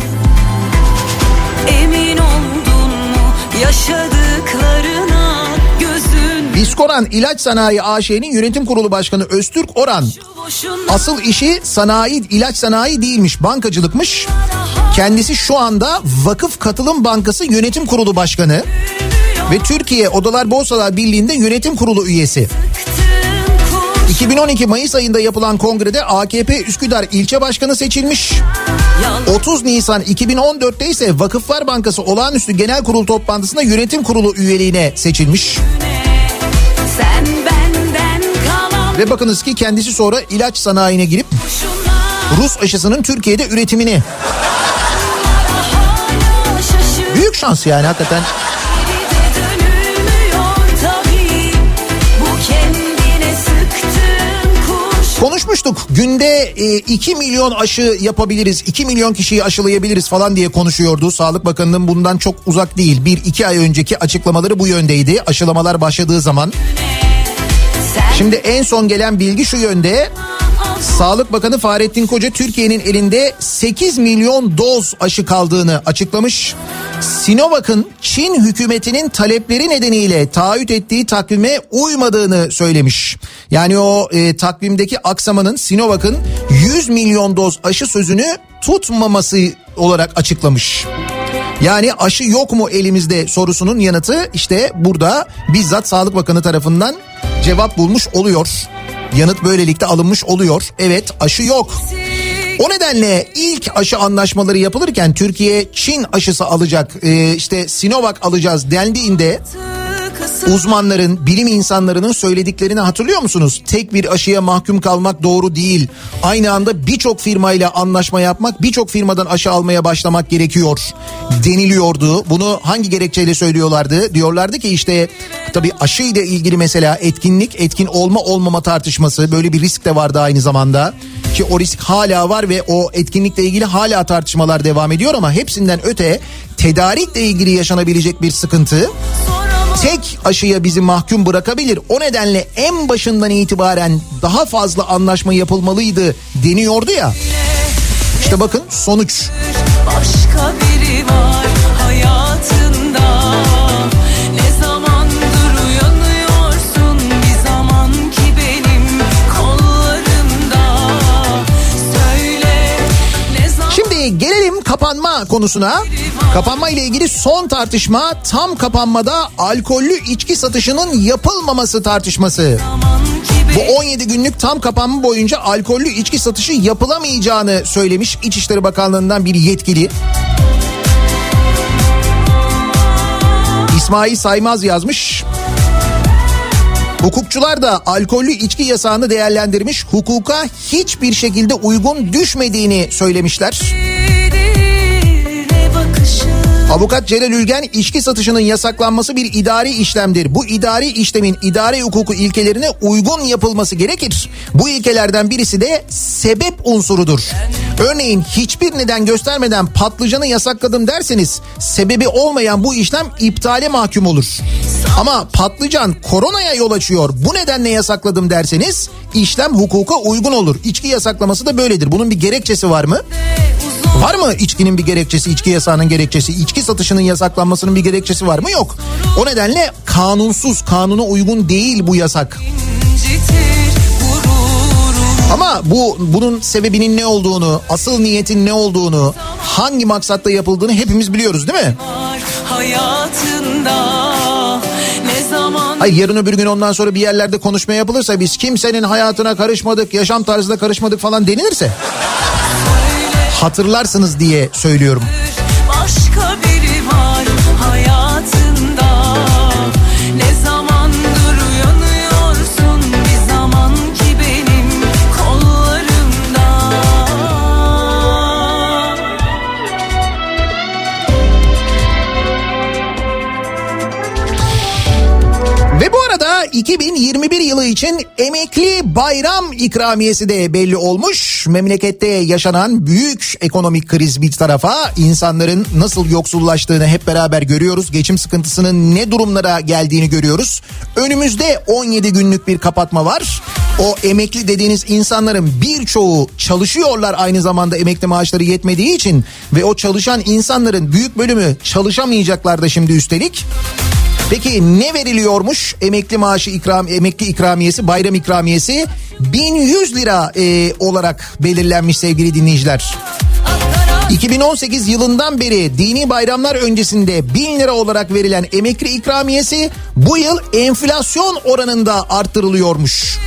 Emin oldun mu yaşadıklarına gözün Viskoran İlaç Sanayi AŞ'nin yönetim kurulu başkanı Öztürk Oran boşuna asıl işi ilaç sanayi değilmiş, bankacılıkmış. Kendisi şu anda Vakıf Katılım Bankası Yönetim Kurulu Başkanı ve Türkiye Odalar Borsalar Birliği'nde yönetim kurulu üyesi. 2012 Mayıs ayında yapılan kongrede AKP Üsküdar ilçe başkanı seçilmiş. 30 Nisan 2014'te ise Vakıflar Bankası Olağanüstü Genel Kurul toplantısında yönetim kurulu üyeliğine seçilmiş. sen benden kalan Ve bakınız ki kendisi sonra ilaç sanayine girip boşuna Rus aşısının Türkiye'de üretimini, hala şaşır. büyük şans yani hakikaten. Geride dönülmüyor tabii. Bu kendine sıktığın kurşun. Konuşmuştuk, günde 2 milyon aşı yapabiliriz, 2 milyon kişiyi aşılayabiliriz falan diye konuşuyordu. Sağlık Bakanı'nın bundan çok uzak değil, 1-2 ay önceki açıklamaları bu yöndeydi aşılamalar başladığı zaman. Şimdi en son gelen bilgi şu yönde: Sağlık Bakanı Fahrettin Koca Türkiye'nin elinde 8 milyon doz aşı kaldığını açıklamış. Sinovac'ın Çin hükümetinin talepleri nedeniyle taahhüt ettiği takvime uymadığını söylemiş. Yani o takvimdeki aksamanın Sinovac'ın 100 milyon doz aşı sözünü tutmaması olarak açıklamış. Yani aşı yok mu elimizde sorusunun yanıtı işte burada bizzat Sağlık Bakanı tarafından cevap bulmuş oluyor. Yanıt böylelikle alınmış oluyor. Evet, aşı yok. O nedenle ilk aşı anlaşmaları yapılırken Türkiye Çin aşısı alacak, işte Sinovac alacağız dendiğinde uzmanların, bilim insanlarının söylediklerini hatırlıyor musunuz? Tek bir aşıya mahkum kalmak doğru değil. Aynı anda birçok firmayla anlaşma yapmak, birçok firmadan aşı almaya başlamak gerekiyor deniliyordu. Bunu hangi gerekçeyle söylüyorlardı? Diyorlardı ki işte tabii aşı ile ilgili mesela etkin olma olmama tartışması, böyle bir risk de vardı aynı zamanda. ki o risk hala var ve o etkinlikle ilgili hala tartışmalar devam ediyor ama hepsinden öte tedarikle ilgili yaşanabilecek bir sıkıntı tek aşıya bizi mahkum bırakabilir. O nedenle en başından itibaren daha fazla anlaşma yapılmalıydı deniyordu ya. İşte bakın sonuç. Başka biri var hayatında. Ne zamandır uyanıyorsun bir zaman ki benim kollarımda. Söyle ne zaman. Şimdi gelelim kapanma konusuna. Kapanma ile ilgili son tartışma tam kapanmada alkollü içki satışının yapılmaması tartışması. Bu 17 günlük tam kapanma boyunca alkollü içki satışı yapılamayacağını söylemiş İçişleri Bakanlığı'ndan bir yetkili. İsmail Saymaz yazmış. Hukukçular da alkollü içki yasağını değerlendirmiş, hukuka hiçbir şekilde uygun düşmediğini söylemişler. Avukat Celal Ülgen, içki satışının yasaklanması bir idari işlemdir. Bu idari işlemin idare hukuku ilkelerine uygun yapılması gerekir. Bu ilkelerden birisi de sebep unsurudur. Örneğin hiçbir neden göstermeden patlıcanı yasakladım derseniz sebebi olmayan bu işlem iptale mahkum olur. Ama patlıcan koronaya yol açıyor, bu nedenle yasakladım derseniz işlem hukuka uygun olur. İçki yasaklaması da böyledir. Bunun bir gerekçesi var mı? Var mı içkinin bir gerekçesi, içki yasağının gerekçesi, içki satışının yasaklanmasının bir gerekçesi var mı? Yok. O nedenle kanunsuz, kanuna uygun değil bu yasak. Ama bunun sebebinin ne olduğunu, asıl niyetin ne olduğunu, hangi maksatta yapıldığını hepimiz biliyoruz değil mi? Hayır, yarın öbür gün ondan sonra bir yerlerde konuşma yapılırsa biz kimsenin hayatına karışmadık, yaşam tarzına karışmadık falan denilirse hatırlarsınız diye söylüyorum. Başka biri var hayatında. Ne zamandır uyanıyorsun bir zaman ki benim kollarımda. Ve bu arada 2021 yılı için emekli bayram ikramiyesi de belli olmuş. Memlekette yaşanan büyük ekonomik kriz bir tarafa, insanların nasıl yoksullaştığını hep beraber görüyoruz. Geçim sıkıntısının ne durumlara geldiğini görüyoruz. Önümüzde 17 günlük bir kapatma var. O emekli dediğiniz insanların birçoğu çalışıyorlar, aynı zamanda emekli maaşları yetmediği için ve o çalışan insanların büyük bölümü çalışamayacaklar da şimdi üstelik. Peki ne veriliyormuş emekli maaşı emekli ikramiyesi, bayram ikramiyesi 1100 lira olarak belirlenmiş sevgili dinleyiciler. 2018 yılından beri dini bayramlar öncesinde 1000 lira olarak verilen emekli ikramiyesi bu yıl enflasyon oranında arttırılıyormuş.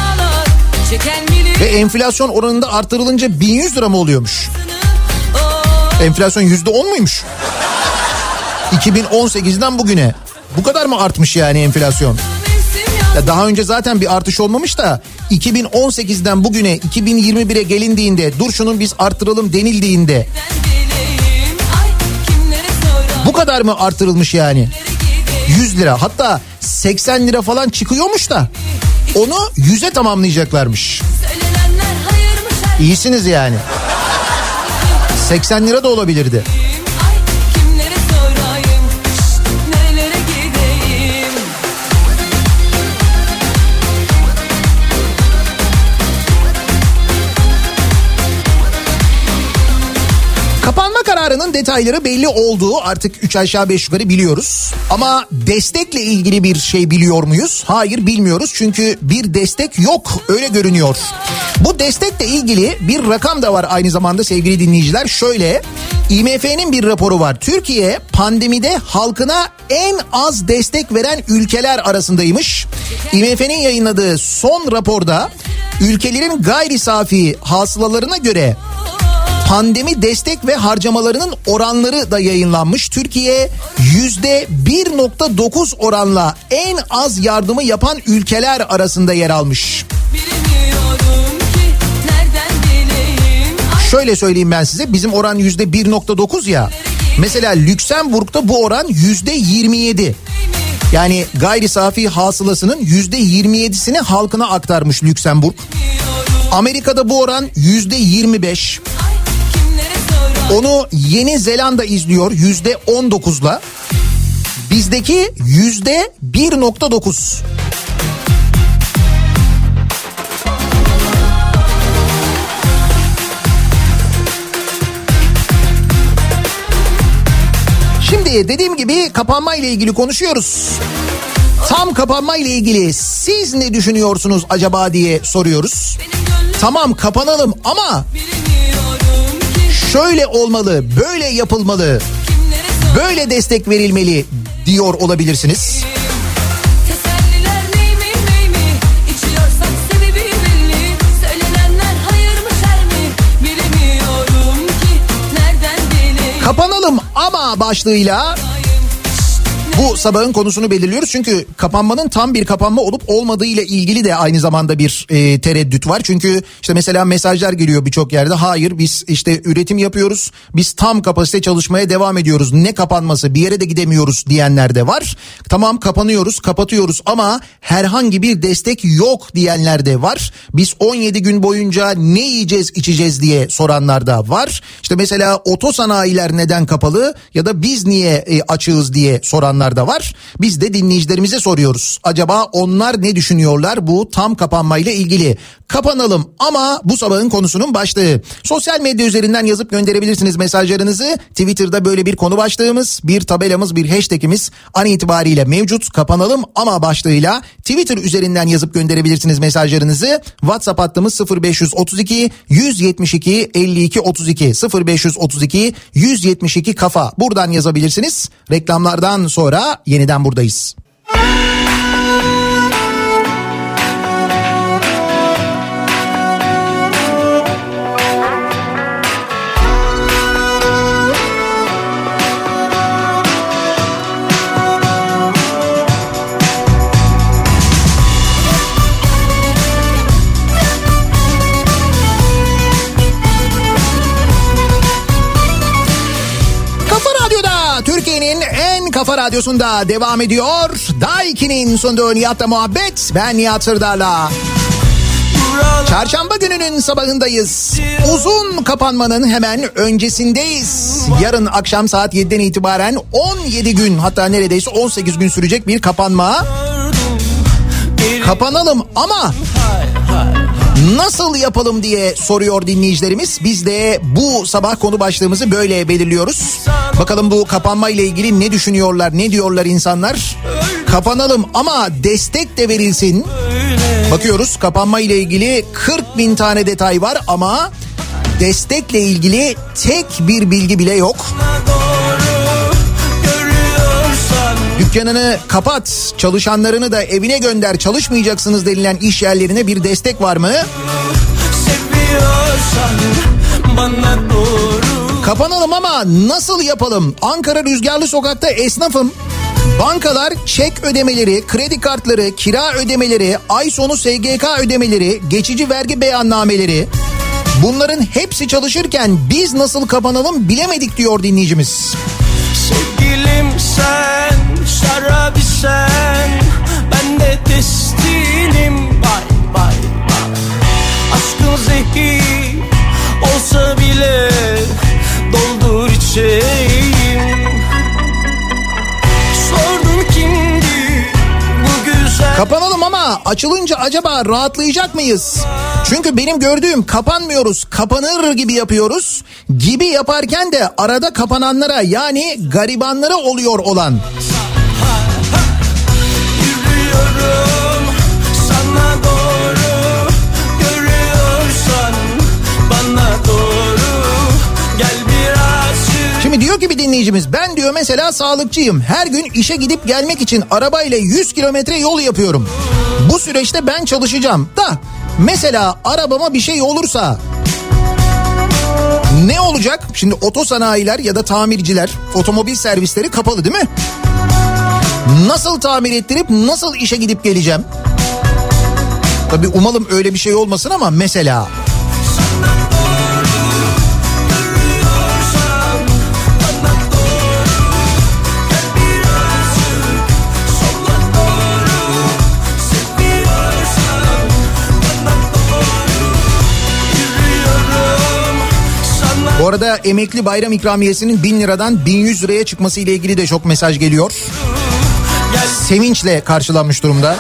Ve enflasyon oranında arttırılınca 1100 lira mı oluyormuş? Enflasyon %10 muymuş? 2018'den bugüne. Bu kadar mı artmış yani enflasyon? Ya daha önce zaten bir artış olmamış da 2018'den bugüne 2021'e gelindiğinde dur şunun biz arttıralım denildiğinde bu kadar mı artırılmış yani? 100 lira, hatta 80 lira falan çıkıyormuş da onu 100'e tamamlayacaklarmış. İyisiniz yani. 80 lira da olabilirdi. Kapanma kararının detayları belli oldu. Artık 3 aşağı 5 yukarı biliyoruz. Ama destekle ilgili bir şey biliyor muyuz? Hayır, bilmiyoruz. Çünkü bir destek yok, öyle görünüyor. Bu destekle ilgili bir rakam da var aynı zamanda sevgili dinleyiciler. Şöyle, IMF'nin bir raporu var. Türkiye pandemide halkına en az destek veren ülkeler arasındaymış. IMF'nin yayınladığı son raporda ülkelerin gayri safi hasılalarına göre pandemi destek ve harcamalarının oranları da yayınlanmış. Türkiye %1.9 oranla en az yardımı yapan ülkeler arasında yer almış. Şöyle söyleyeyim ben size, bizim oran %1.9 ya. Mesela Lüksemburg'da bu oran %27. Yani gayri safi hasılasının %27'sini halkına aktarmış Lüksemburg. Amerika'da bu oran %25. Onu Yeni Zelanda izliyor %19'la. Bizdeki %1.9. Şimdi dediğim gibi kapanma ile ilgili konuşuyoruz. Tam kapanma ile ilgili siz ne düşünüyorsunuz acaba diye soruyoruz. Tamam kapanalım ama şöyle olmalı, böyle yapılmalı, böyle destek verilmeli diyor olabilirsiniz. Kapanalım ama başlığıyla bu sabahın konusunu belirliyoruz. Çünkü kapanmanın tam bir kapanma olup olmadığı ile ilgili de aynı zamanda bir tereddüt var. Çünkü işte mesela mesajlar geliyor birçok yerde. Hayır biz işte üretim yapıyoruz. Biz tam kapasite çalışmaya devam ediyoruz. Ne kapanması, bir yere de gidemiyoruz diyenler de var. Tamam kapanıyoruz, kapatıyoruz ama herhangi bir destek yok diyenler de var. Biz 17 gün boyunca ne yiyeceğiz, içeceğiz diye soranlar da var. İşte mesela otosanayiler neden kapalı ya da biz niye açığız diye soranlar da var. Biz de dinleyicilerimize soruyoruz. Acaba onlar ne düşünüyorlar bu tam kapanmayla ilgili? Kapanalım ama bu sabahın konusunun başlığı. Sosyal medya üzerinden yazıp gönderebilirsiniz mesajlarınızı. Twitter'da böyle bir konu başlığımız, bir tabelamız, bir hashtagimiz an itibariyle mevcut. Kapanalım ama başlığıyla Twitter üzerinden yazıp gönderebilirsiniz mesajlarınızı. WhatsApp hattımız 0532 172 52 32 0532 172 kafa. Buradan yazabilirsiniz. Reklamlardan sonra yeniden buradayız. Türkiye'nin en kafa radyosunda devam ediyor. Daiki'nin sunduğu Nihat'la muhabbet. Ben Nihat Sırdar'la. Çarşamba gününün sabahındayız. Uzun kapanmanın hemen öncesindeyiz. Yarın akşam saat 7'den itibaren 17 gün, hatta neredeyse 18 gün sürecek bir kapanma. Kapanalım ama nasıl yapalım diye soruyor dinleyicilerimiz. Biz de bu sabah konu başlığımızı böyle belirliyoruz. Bakalım bu kapanma ile ilgili ne düşünüyorlar, ne diyorlar insanlar? Kapanalım ama destek de verilsin. Bakıyoruz kapanma ile ilgili 40.000 tane detay var ama destekle ilgili tek bir bilgi bile yok. Dükkanını kapat, çalışanlarını da evine gönder, çalışmayacaksınız denilen iş yerlerine bir destek var mı? Kapanalım ama nasıl yapalım? Ankara Rüzgarlı Sokak'ta esnafım. Bankalar çek ödemeleri, kredi kartları, kira ödemeleri, ay sonu SGK ödemeleri, geçici vergi beyannameleri, bunların hepsi çalışırken biz nasıl kapanalım bilemedik diyor dinleyicimiz. Sevgilim sen, şarabi sen, ben de destinim, bay bay bay. Aşkın zehir olsa bile doldur içeyim. Sordum kimdi bu güzel. Kapanalım ama açılınca acaba rahatlayacak mıyız? Çünkü benim gördüğüm kapanmıyoruz, kapanır gibi yapıyoruz. Gibi yaparken de arada kapananlara, yani garibanlara oluyor olan. Yürüyorum sana doğru, görüyorsan bana doğru gel birazcık. Şimdi diyor ki bir dinleyicimiz, ben diyor mesela sağlıkçıyım. Her gün işe gidip gelmek için arabayla 100 kilometre yol yapıyorum. Bu süreçte ben çalışacağım da mesela arabama bir şey olursa ne olacak? Şimdi otosanayiler ya da tamirciler, otomobil servisleri kapalı değil mi? Nasıl tamir ettirip nasıl işe gidip geleceğim? Tabii umalım öyle bir şey olmasın ama mesela. arada emekli bayram ikramiyesinin 1000 liradan 1100 liraya çıkması ile ilgili de çok mesaj geliyor. Sevinçle karşılanmış durumda.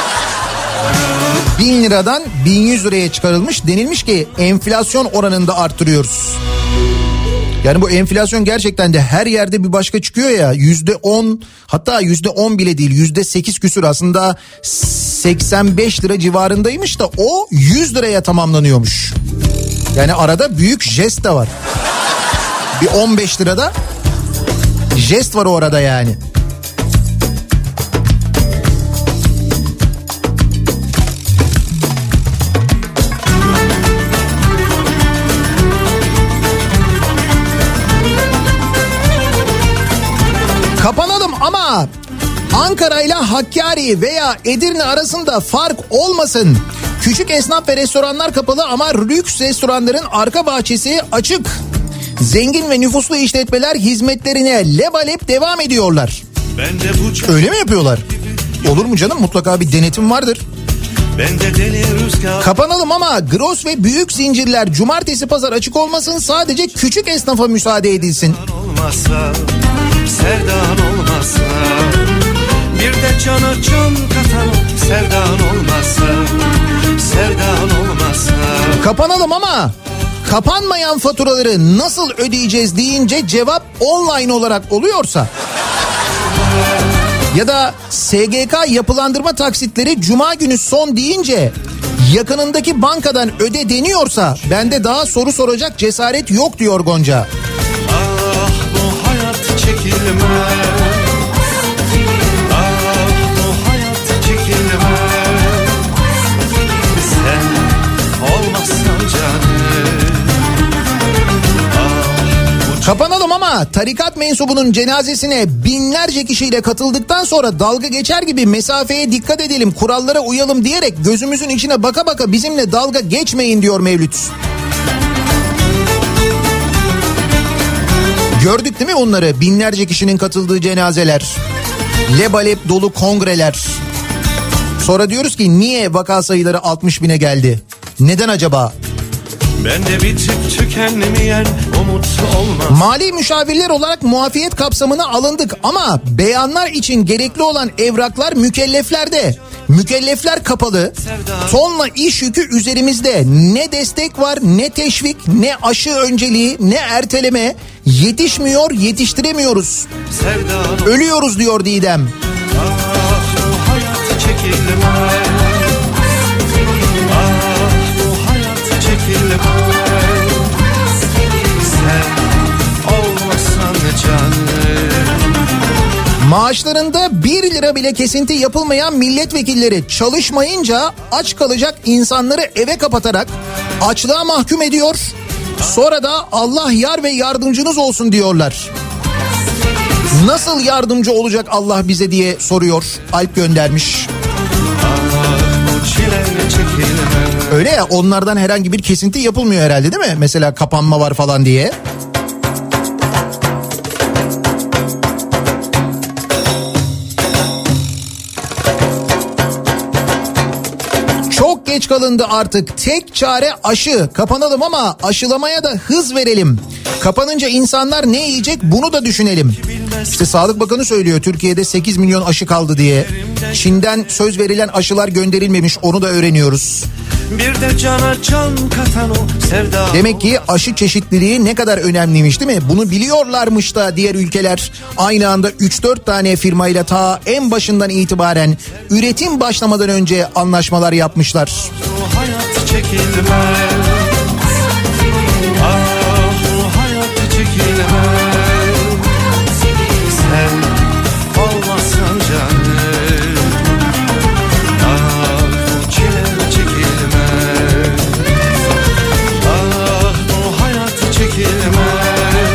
1000 liradan 1100 liraya çıkarılmış, denilmiş ki enflasyon oranında arttırıyoruz. Yani bu enflasyon gerçekten de her yerde bir başka çıkıyor ya, %10, hatta %10 bile değil, %8 küsür, aslında 85 lira civarındaymış da o 100 liraya tamamlanıyormuş. Yani arada büyük jest de var. Bir 15 lirada jest var o arada yani. Kapanalım ama Ankara ile Hakkari veya Edirne arasında fark olmasın. Küçük esnaf ve restoranlar kapalı ama lüks restoranların arka bahçesi açık. Zengin ve nüfuslu işletmeler hizmetlerine lebalep devam ediyorlar. Öyle mi yapıyorlar? Olur mu canım, mutlaka bir denetim vardır. Kapanalım ama gros ve büyük zincirler cumartesi pazar açık olmasın, sadece küçük esnafa müsaade edilsin. Sevdan olmazsa, bir de cana can katan sevdan olmazsa, sevdan olmazsa. Kapanalım ama kapanmayan faturaları nasıl ödeyeceğiz deyince cevap online olarak oluyorsa ya da SGK yapılandırma taksitleri cuma günü son deyince yakınındaki bankadan öde deniyorsa bende daha soru soracak cesaret yok diyor Gonca. Çekilmez. Bu hayat çekilmez. Sen olmazsan canım. Kapanalım ama tarikat mensubunun cenazesine binlerce kişiyle katıldıktan sonra dalga geçer gibi mesafeye dikkat edelim, kurallara uyalım diyerek gözümüzün içine baka baka bizimle dalga geçmeyin diyor Mevlüt. Gördük değil mi onları? Binlerce kişinin katıldığı cenazeler, lebalep dolu kongreler. Sonra diyoruz ki niye vaka sayıları 60.000'e geldi? Neden acaba? Ben de bitip tükenmeyen umut olmaz. Mali müşavirler olarak muafiyet kapsamına alındık ama beyanlar için gerekli olan evraklar mükelleflerde. Mükellefler kapalı. Tonla iş yükü üzerimizde. Ne destek var, ne teşvik, ne aşı önceliği, ne erteleme. Yetişmiyor, yetiştiremiyoruz. Ölüyoruz diyor Didem. Bu hayat çekilmez. Bu hayat çekilmez. Sen olmasan canım. Maaşlarında 1 lira bile kesinti yapılmayan milletvekilleri çalışmayınca aç kalacak insanları eve kapatarak açlığa mahkum ediyor. Sonra da Allah yar ve yardımcınız olsun diyorlar. Nasıl yardımcı olacak Allah bize diye soruyor. Alp göndermiş. Öyle ya, onlardan herhangi bir kesinti yapılmıyor herhalde değil mi? Mesela kapanma var falan diye. Çok geç kalındı artık. Tek çare aşı. Kapanalım ama aşılamaya da hız verelim. Kapanınca insanlar ne yiyecek bunu da düşünelim. İşte Sağlık Bakanı söylüyor, Türkiye'de 8 milyon aşı kaldı diye. Çin'den söz verilen aşılar gönderilmemiş, onu da öğreniyoruz. Bir de cana can katan o sevda. Demek ki aşı çeşitliliği ne kadar önemliymiş değil mi? Bunu biliyorlarmış da diğer ülkeler aynı anda 3-4 tane firmayla ta en başından itibaren üretim başlamadan önce anlaşmalar yapmışlar. Bu hayat çekilmez. Bu hayat çekilmez. Sen olmasan canım. Bu çile çekilmez. Bu hayat çekilmez.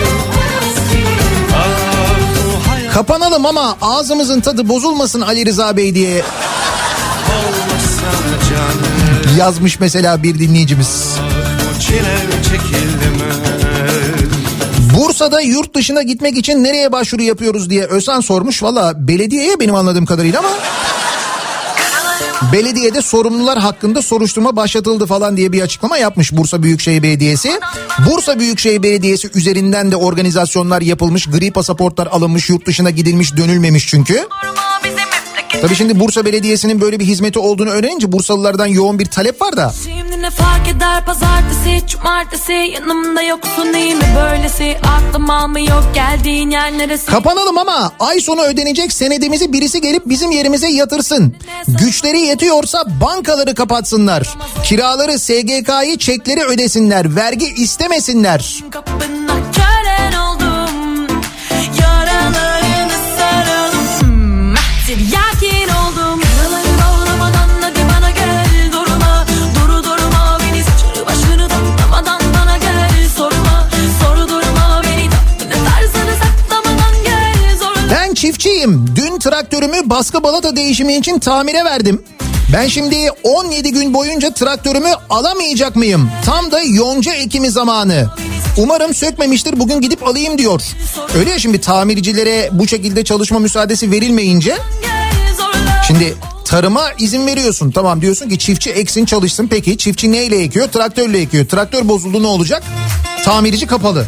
Bu hayat Kapanalım ama ağzımızın tadı bozulmasın Ali Rıza Bey diye olmasan canım. yazmış mesela bir dinleyicimiz. Bu çile çekilmez. Bursa'da yurt dışına gitmek için nereye başvuru yapıyoruz diye Özhan sormuş. Valla belediyeye benim anladığım kadarıyla ama Belediyede sorumlular hakkında soruşturma başlatıldı falan diye bir açıklama yapmış Bursa Büyükşehir Belediyesi. Bursa Büyükşehir Belediyesi üzerinden de organizasyonlar yapılmış, gri pasaportlar alınmış, yurt dışına gidilmiş, dönülmemiş çünkü. Tabii şimdi Bursa Belediyesi'nin böyle bir hizmeti olduğunu öğrenince Bursalılardan yoğun bir talep var da. Şimdi ne fark eder pazartesi, cumartesi, yanımda yoksun değil mi böylesi, aklım almıyor geldiğin yer neresi? Kapanalım ama ay sonu ödenecek senedimizi birisi gelip bizim yerimize yatırsın. Güçleri yetiyorsa bankaları kapatsınlar. Kiraları, SGK'yı, çekleri ödesinler. Vergi istemesinler. Kapına kölen oldum, yaralarını saralım, yakin oldum. Yaraları bağlamadan hadi bana gel, durma, durma beni, saçını başını toplamadan bana gel, sorma, durma beni, ne tarzını saklamadan gel, zorla. Ben çiftçiyim. Dün traktörümü baskı balata değişimi için tamire verdim. Ben şimdi 17 gün boyunca traktörümü alamayacak mıyım? Tam da yonca ekimi zamanı. Umarım sökmemiştir, bugün gidip alayım diyor. Öyle ya, şimdi tamircilere bu şekilde çalışma müsaadesi verilmeyince şimdi tarıma izin veriyorsun. Tamam diyorsun ki çiftçi eksin çalışsın. Peki çiftçi neyle ekiyor? Traktörle ekiyor. Traktör bozuldu ne olacak? Tamirci kapalı.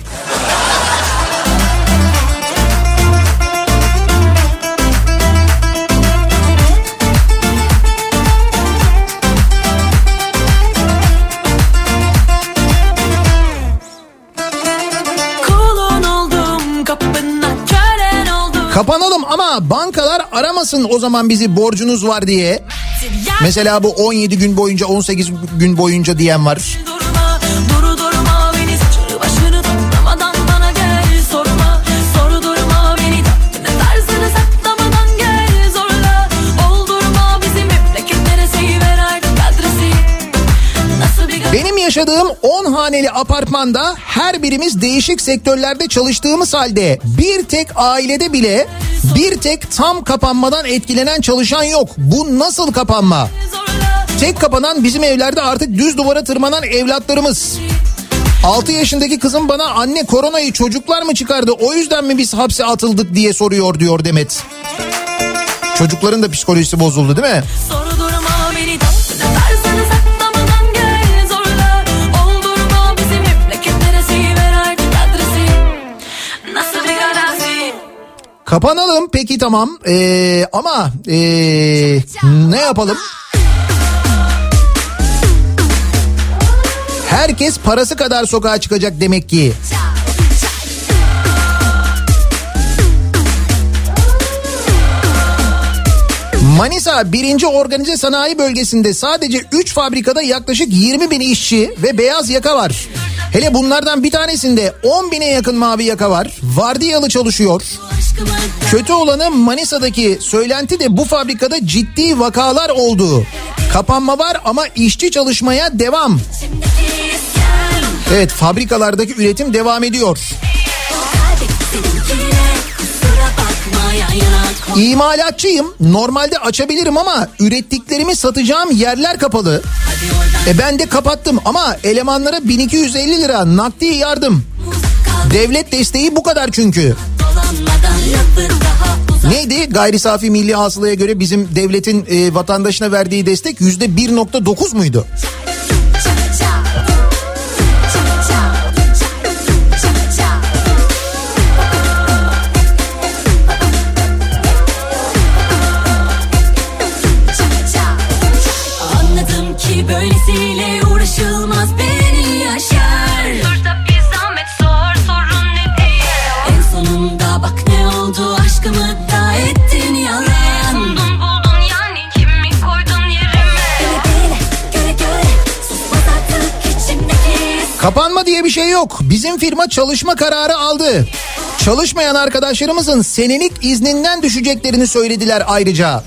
Kapanalım ama bankalar aramasın o zaman bizi borcunuz var diye. Mesela bu 17 gün boyunca, 18 gün boyunca diyen var. Durma beni, saçını başını toplamadan bana gel, sorma, durma beni, ne tarzını saklamadan gel, zorla. Oldurma bizim memleket neresi, ver artık adresi. Nasıl bir... Benim yaşadığım 10 haneli apartmanda her birimiz değişik sektörlerde çalıştığımız halde bir tek ailede bile bir tek tam kapanmadan etkilenen çalışan yok. Bu nasıl kapanma? Tek kapanan bizim evlerde artık düz duvara tırmanan evlatlarımız. 6 yaşındaki kızım bana anne koronayı çocuklar mı çıkardı, o yüzden mi biz hapse atıldık diye soruyor diyor Demet. Çocukların da psikolojisi bozuldu değil mi? Durma beni, tarzını saklamadan gel, zorla. Oldurma bizim memleket neresi, ver artık adresi. Nasıl bir garanti? Kapanalım peki tamam ama ne yapalım? Herkes parası kadar sokağa çıkacak demek ki. Manisa 1. Organize Sanayi Bölgesi'nde sadece 3 fabrikada yaklaşık 20 bin işçi ve beyaz yaka var. Hele bunlardan bir tanesinde 10 bine yakın mavi yaka var. Vardiyalı çalışıyor. Kötü olanı Manisa'daki söylenti de bu fabrikada ciddi vakalar oldu. Kapanma var ama işçi çalışmaya devam. Evet, fabrikalardaki üretim devam ediyor. İmalatçıyım. Normalde açabilirim ama ürettiklerimi satacağım yerler kapalı. Ben de kapattım ama elemanlara 1250 lira nakdi yardım. Devlet desteği bu kadar çünkü. Neydi? Gayri safi milli hasılaya göre bizim devletin vatandaşına verdiği destek %1.9 muydu? Anladım ki böylesiyle uğraşılmaz, beni yaşar. Dur da bir zahmet sor, sorun ne diye. En sonunda bak ne oldu, aşkımı da ettin yalan. Sundun buldun yani, kimi koydun yerime. Göre susmaz artık içimdeki. Kapanma diye bir şey yok. Bizim firma çalışma kararı aldı. Çalışmayan arkadaşlarımızın senelik izninden düşeceklerini söylediler ayrıca.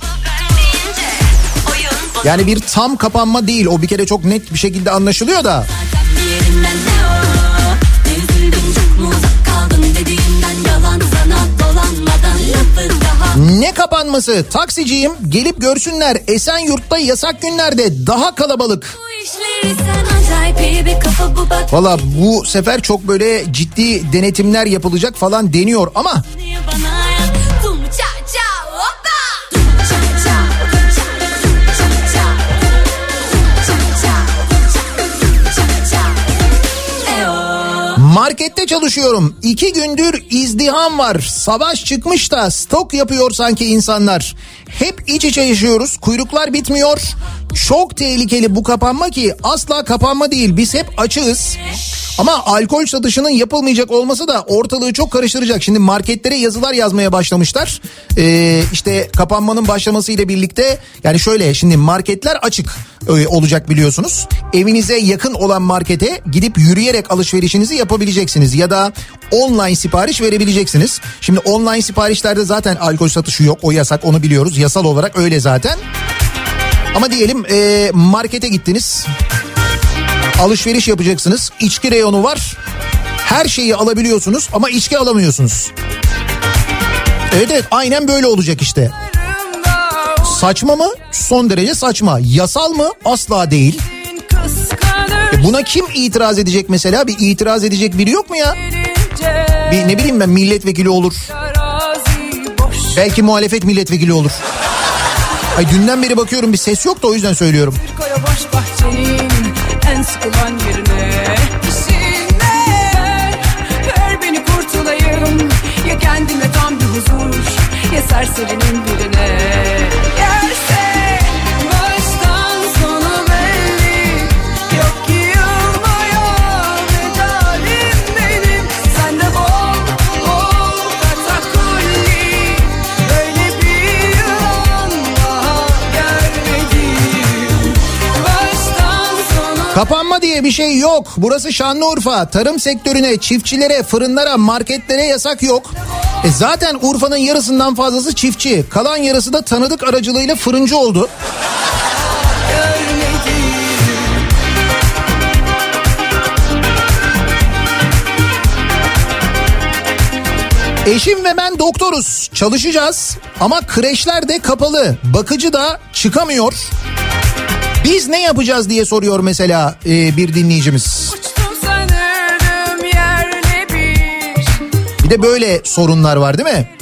Yani bir tam kapanma değil, o bir kere çok net bir şekilde anlaşılıyor da. Ne kapanması? Taksiciyim, gelip görsünler. Esenyurt'ta yasak günlerde daha kalabalık. Valla bu sefer çok böyle ciddi denetimler yapılacak falan deniyor ama... Markette çalışıyorum. 2 gündür izdiham var. Savaş çıkmış da stok yapıyor sanki insanlar. Hep iç içe yaşıyoruz. Kuyruklar bitmiyor. Çok tehlikeli bu kapanma ki asla kapanma değil. Biz hep açığız. Ama alkol satışının yapılmayacak olması da ortalığı çok karıştıracak. Şimdi marketlere yazılar yazmaya başlamışlar. İşte kapanmanın başlamasıyla birlikte yani şöyle şimdi marketler açık olacak biliyorsunuz. Evinize yakın olan markete gidip yürüyerek alışverişinizi yapabileceksiniz. Ya da online sipariş verebileceksiniz. Şimdi online siparişlerde zaten alkol satışı yok. O yasak, onu biliyoruz. Yasal olarak öyle zaten. Ama diyelim markete gittiniz. Alışveriş yapacaksınız. İçki reyonu var. Her şeyi alabiliyorsunuz ama içki alamıyorsunuz. Evet aynen böyle olacak işte. Saçma mı? Son derece saçma. Yasal mı? Asla değil. Buna kim itiraz edecek mesela? Bir itiraz edecek biri yok mu ya? Bir ne bileyim ben milletvekili olur. Belki muhalefet milletvekili olur. Ay dünden beri bakıyorum bir ses yok da o yüzden söylüyorum. En sıkılan yerine ver beni kurtulayım. Ya kendime tam bir huzur, ya serserinin birine. Yerse baştan sonu belli, yok ki yılmaya medalim benim. Sen de bol bol katakulli, böyle bir yılan daha görmedim. Baştan sonu kapanma diye bir şey yok. Burası Şanlıurfa. Tarım sektörüne, çiftçilere, fırınlara, marketlere yasak yok. Zaten Urfa'nın yarısından fazlası çiftçi. Kalan yarısı da tanıdık aracılığıyla fırıncı oldu. Eşim ve ben doktoruz. Çalışacağız ama kreşler de kapalı. Bakıcı da çıkamıyor. Biz ne yapacağız diye soruyor mesela bir dinleyicimiz. Bir de böyle sorunlar var değil mi?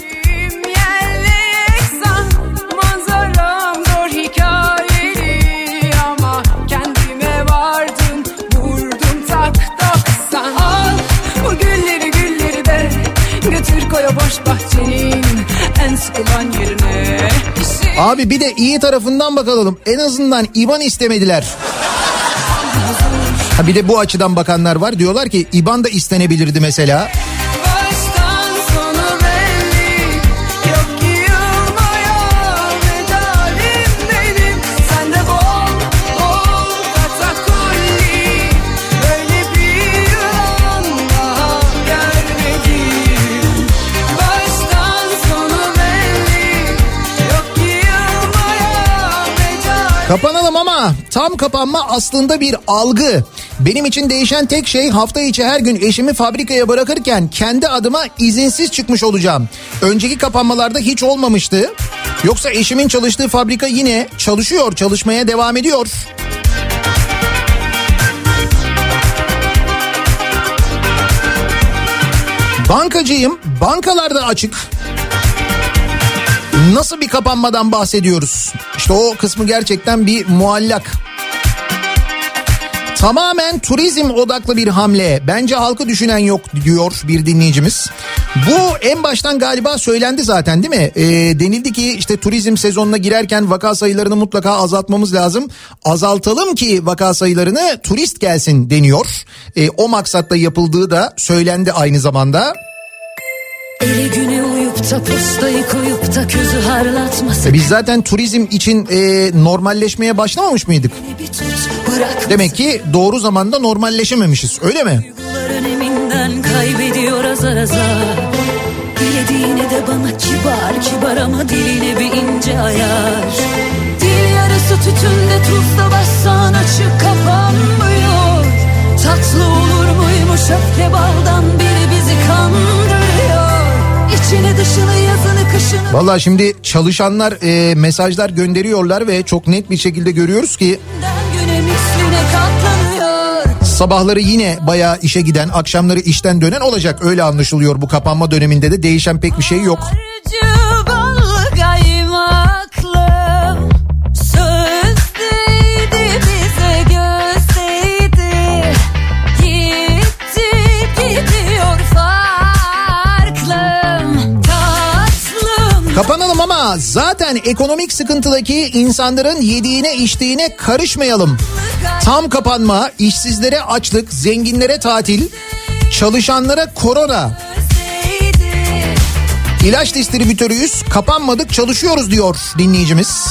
Abi bir de iyi tarafından bakalım. En azından IBAN istemediler. Ha bir de bu açıdan bakanlar var. Diyorlar ki IBAN da istenebilirdi mesela. Kapanalım ama tam kapanma aslında bir algı. Benim için değişen tek şey hafta içi her gün eşimi fabrikaya bırakırken kendi adıma izinsiz çıkmış olacağım. Önceki kapanmalarda hiç olmamıştı. Yoksa eşimin çalıştığı fabrika yine çalışıyor, çalışmaya devam ediyor. Bankacıyım, bankalar da açık. Nasıl bir kapanmadan bahsediyoruz? İşte o kısmı gerçekten bir muallak. Tamamen turizm odaklı bir hamle. Bence halkı düşünen yok diyor bir dinleyicimiz. Bu en baştan galiba söylendi zaten değil mi? Denildi ki işte turizm sezonuna girerken vaka sayılarını mutlaka azaltmamız lazım. Azaltalım ki vaka sayılarını turist gelsin deniyor. O maksatla yapıldığı da söylendi aynı zamanda. Eli güne uyup da postayı koyup da közü harlatmasın. Biz zaten turizm için normalleşmeye başlamamış mıydık? Demek ki doğru zamanda normalleşememişiz, öyle mi? Duyguların eminden kaybediyor azar azar. Dilediğine de bana kibar kibar ama diline bir ince ayar. Dil yarısı tütünde tuzla bassan açık kapanmıyor. Tatlı olur muymuş öfke baldan biri bizi kandırıyor. İçini dışını yazını kışını. Vallahi şimdi çalışanlar mesajlar gönderiyorlar ve çok net bir şekilde görüyoruz ki sabahları yine bayağı işe giden, akşamları işten dönen olacak, öyle anlaşılıyor. Bu kapanma döneminde de değişen pek bir şey yok. Gitti ama zaten ekonomik sıkıntıdaki insanların yediğine içtiğine karışmayalım. Tam kapanma, işsizlere açlık, zenginlere tatil, çalışanlara korona. İlaç distribütörüyüz, kapanmadık, çalışıyoruz diyor dinleyicimiz.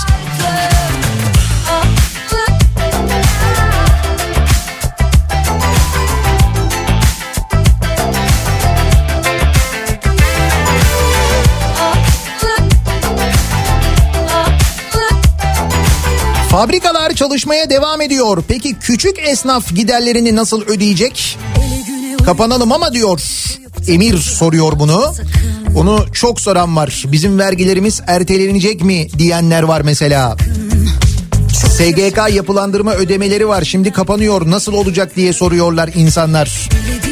Fabrikalar çalışmaya devam ediyor. Peki küçük esnaf giderlerini nasıl ödeyecek? Kapanalım ama diyor. Emir soruyor bunu. Onu çok soran var. Bizim vergilerimiz ertelenecek mi diyenler var mesela. SGK yapılandırma ödemeleri var. Şimdi kapanıyor. Nasıl olacak diye soruyorlar insanlar.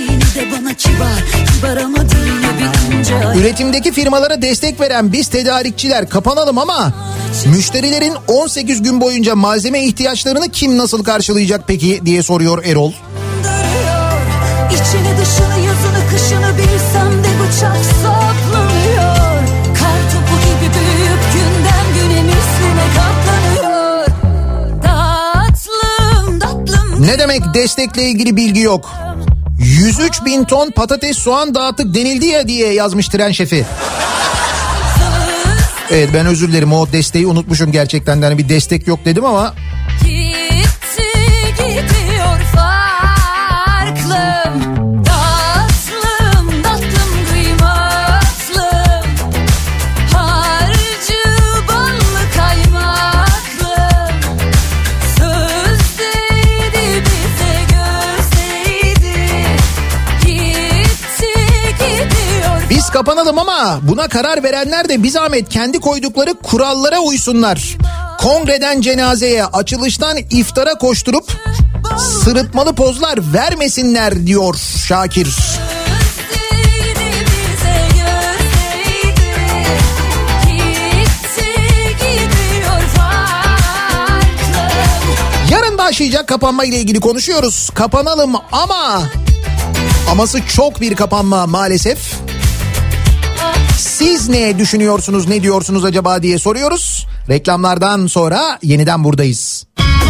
Üretimdeki firmalara destek veren biz tedarikçiler kapanalım ama müşterilerin 18 gün boyunca malzeme ihtiyaçlarını kim nasıl karşılayacak peki diye soruyor Erol. İçini dışını yazını kışını bilsem de bıçak saplanıyor. Kartopu gibi büyüyüp günden güne misline katlanıyor. Tatlım tatlım. Ne demek destekle ilgili bilgi yok? 103 bin ton patates soğan dağıttık denildi ya diye yazmış tren şefi. Evet ben özür dilerim, o desteği unutmuşum gerçekten. Yani bir destek yok dedim ama. Gitti gidiyor farklım. Tatlım tatlım kıymatlım. Harcı ballı kaymaklım. Sözdeydi bize gözdeydi. Gitti gidiyor. Biz kapanalım ama buna karar verenler de bir zahmet kendi koydukları kurallara uysunlar. Kongreden cenazeye, açılıştan iftara koşturup sırıtmalı pozlar vermesinler diyor Şakir. Yarın başlayacak kapanma ile ilgili konuşuyoruz. Kapanalım ama aması çok bir kapanma maalesef. Siz ne düşünüyorsunuz, ne diyorsunuz acaba diye soruyoruz. Reklamlardan sonra yeniden buradayız.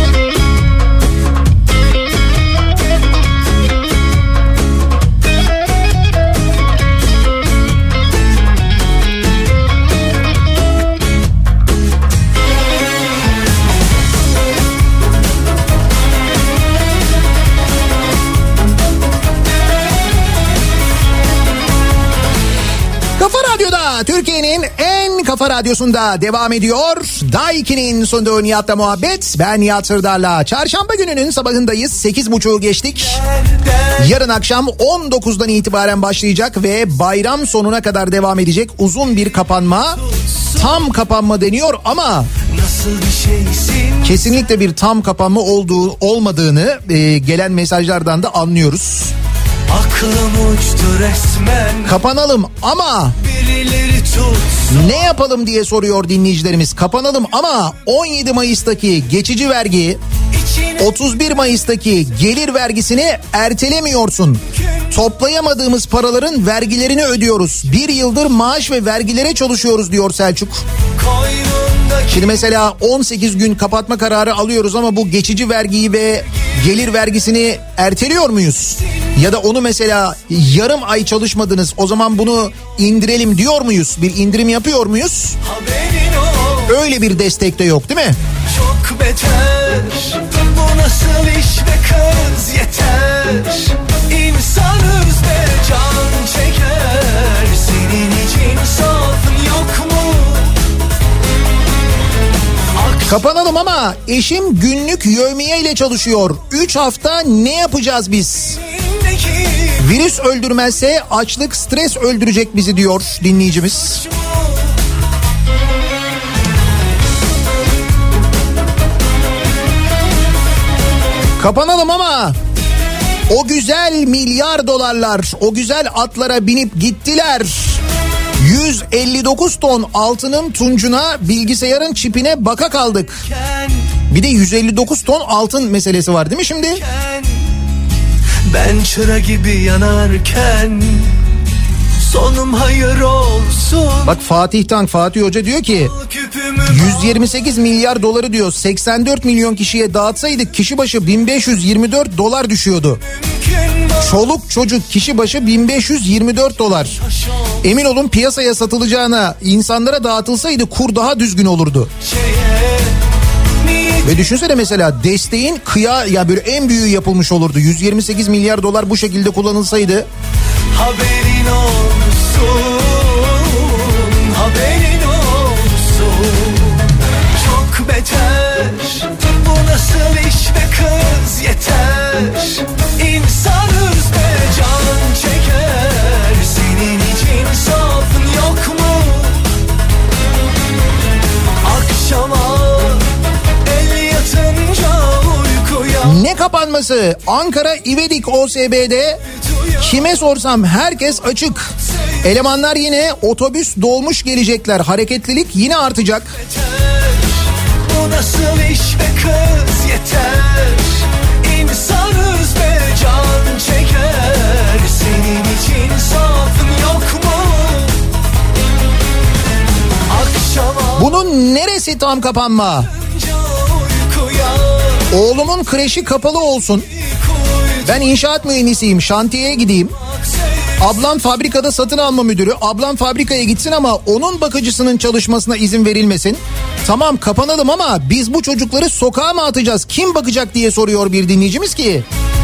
Türkiye'nin en kafa radyosunda devam ediyor. Daiki'nin sunduğu Nihat'la muhabbet. Ben Nihat Sırdar'la. Çarşamba gününün sabahındayız. 8.30'u geçtik. Yarın akşam 19'dan itibaren başlayacak ve bayram sonuna kadar devam edecek uzun bir kapanma. Tam kapanma deniyor ama kesinlikle bir tam kapanma olmadığını gelen mesajlardan da anlıyoruz. Aklım uçtu resmen. Kapanalım ama ne yapalım diye soruyor dinleyicilerimiz. Kapanalım ama 17 Mayıs'taki geçici vergi, 31 Mayıs'taki gelir vergisini ertelemiyorsun. Toplayamadığımız paraların vergilerini ödüyoruz. Bir yıldır maaş ve vergilere çalışıyoruz diyor Selçuk. Şimdi mesela 18 gün kapatma kararı alıyoruz ama bu geçici vergiyi ve gelir vergisini erteliyor muyuz? Ya da onu mesela yarım ay çalışmadınız, o zaman bunu indirelim diyor muyuz? Bir indirim yapıyor muyuz? Öyle bir destek de yok değil mi? Çok beter, bu nasıl iş be kız, yeter. İnsanız be can çeker, senin için saf yok mu? Kapanalım ama eşim günlük yevmiye ile çalışıyor. 3 hafta ne yapacağız biz? Virüs öldürmezse açlık, stres öldürecek bizi diyor dinleyicimiz. Kapanalım ama o güzel milyar dolarlar, o güzel atlara binip gittiler. 159 ton altının tuncuna, bilgisayarın çipine baka kaldık. Bir de 159 ton altın meselesi var değil mi şimdi? Ben çıra gibi yanarken sonum hayır olsun. Bak Fatih Hoca diyor ki 128 milyar doları diyor 84 milyon kişiye dağıtsaydık kişi başı 1524 dolar düşüyordu. Çoluk çocuk kişi başı 1524 dolar. Emin olun piyasaya satılacağına insanlara dağıtılsaydı kur daha düzgün olurdu. Ve düşünsene mesela desteğin ya böyle en büyüğü yapılmış olurdu. 128 milyar dolar bu şekilde kullanılsaydı. Haberin olsun, haberin olsun. Çok beter, bu nasıl iş be kız yeter. İnsanız be can çeker, senin için safın yok mu? Akşama el yatınca uykuya. Ne kapanması? Ankara İvedik OSB'de kime sorsam herkes açık. Elemanlar yine otobüs dolmuş gelecekler. Hareketlilik yine artacak. Bu nasıl iş be kız yeter. İnsanız be can çeker. Senin için safın yok mu? Akşama bunun neresi tam kapanma? Oğlumun kreşi kapalı olsun. Ben inşaat mühendisiyim, şantiyeye gideyim. Ablam fabrikada satın alma müdürü. Ablam fabrikaya gitsin ama onun bakıcısının çalışmasına izin verilmesin. Tamam kapanalım ama biz bu çocukları sokağa mı atacağız? Kim bakacak diye soruyor bir dinleyicimiz ki.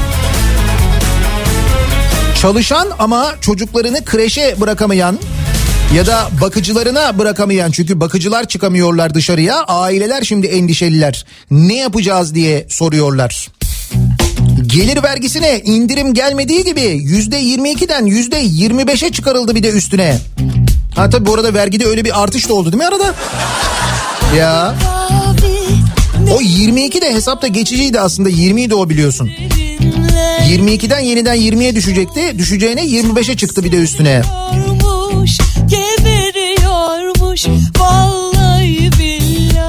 Çalışan ama çocuklarını kreşe bırakamayan ya da bakıcılarına bırakamayan, çünkü bakıcılar çıkamıyorlar dışarıya. Aileler şimdi endişeliler. Ne yapacağız diye soruyorlar. Gelir vergisine indirim gelmediği gibi %22'den %25'e çıkarıldı bir de üstüne. Ha tabii bu arada vergide öyle bir artış da oldu değil mi arada? Ya. O 22 de hesapta geçiciydi aslında, 20'ydi o biliyorsun. 22'den yeniden 20'ye düşecekti. Düşeceğine 25'e çıktı bir de üstüne. Geberiyormuş vallahi billahi.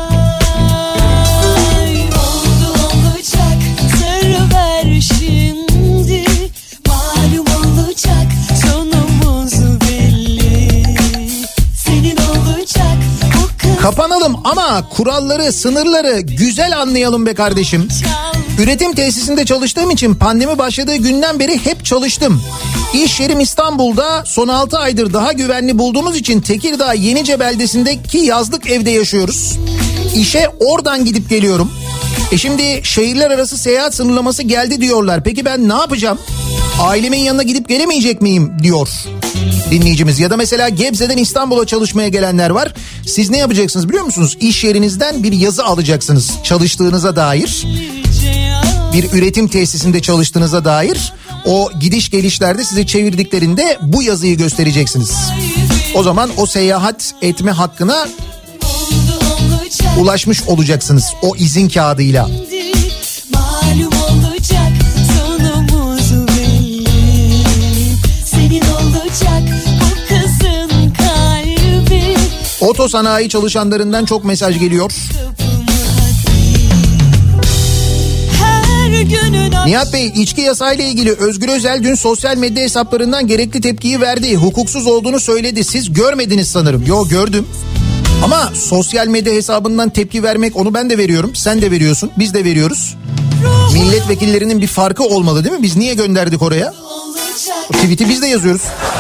Oldu olacak sarıver şimdi. Malum olacak sonumuz belli. Senin olacak o kız. Kapanalım ama kuralları, sınırları güzel anlayalım be kardeşim. Üretim tesisinde çalıştığım için pandemi başladığı günden beri hep çalıştım. İş yerim İstanbul'da, son 6 aydır daha güvenli bulduğumuz için Tekirdağ Yenice beldesindeki yazlık evde yaşıyoruz. İşe oradan gidip geliyorum. Şimdi şehirler arası seyahat sınırlaması geldi diyorlar. Peki ben ne yapacağım? Ailemin yanına gidip gelemeyecek miyim diyor dinleyicimiz. Ya da mesela Gebze'den İstanbul'a çalışmaya gelenler var. Siz ne yapacaksınız biliyor musunuz? İş yerinizden bir yazı alacaksınız çalıştığınıza dair. Bir üretim tesisinde çalıştığınıza dair. O gidiş gelişlerde size çevirdiklerinde bu yazıyı göstereceksiniz. O zaman o seyahat etme hakkına ulaşmış olacaksınız o izin kağıdıyla. Otosanayi çalışanlarından çok mesaj geliyor. Nihat Bey, içki yasağıyla ilgili Özgür Özel dün sosyal medya hesaplarından gerekli tepkiyi verdi. Hukuksuz olduğunu söyledi. Siz görmediniz sanırım. Yo, gördüm. Ama sosyal medya hesabından tepki vermek, onu ben de veriyorum. Sen de veriyorsun. Biz de veriyoruz. Milletvekillerinin bir farkı olmalı değil mi? Biz niye gönderdik oraya? O tweet'i biz de yazıyoruz.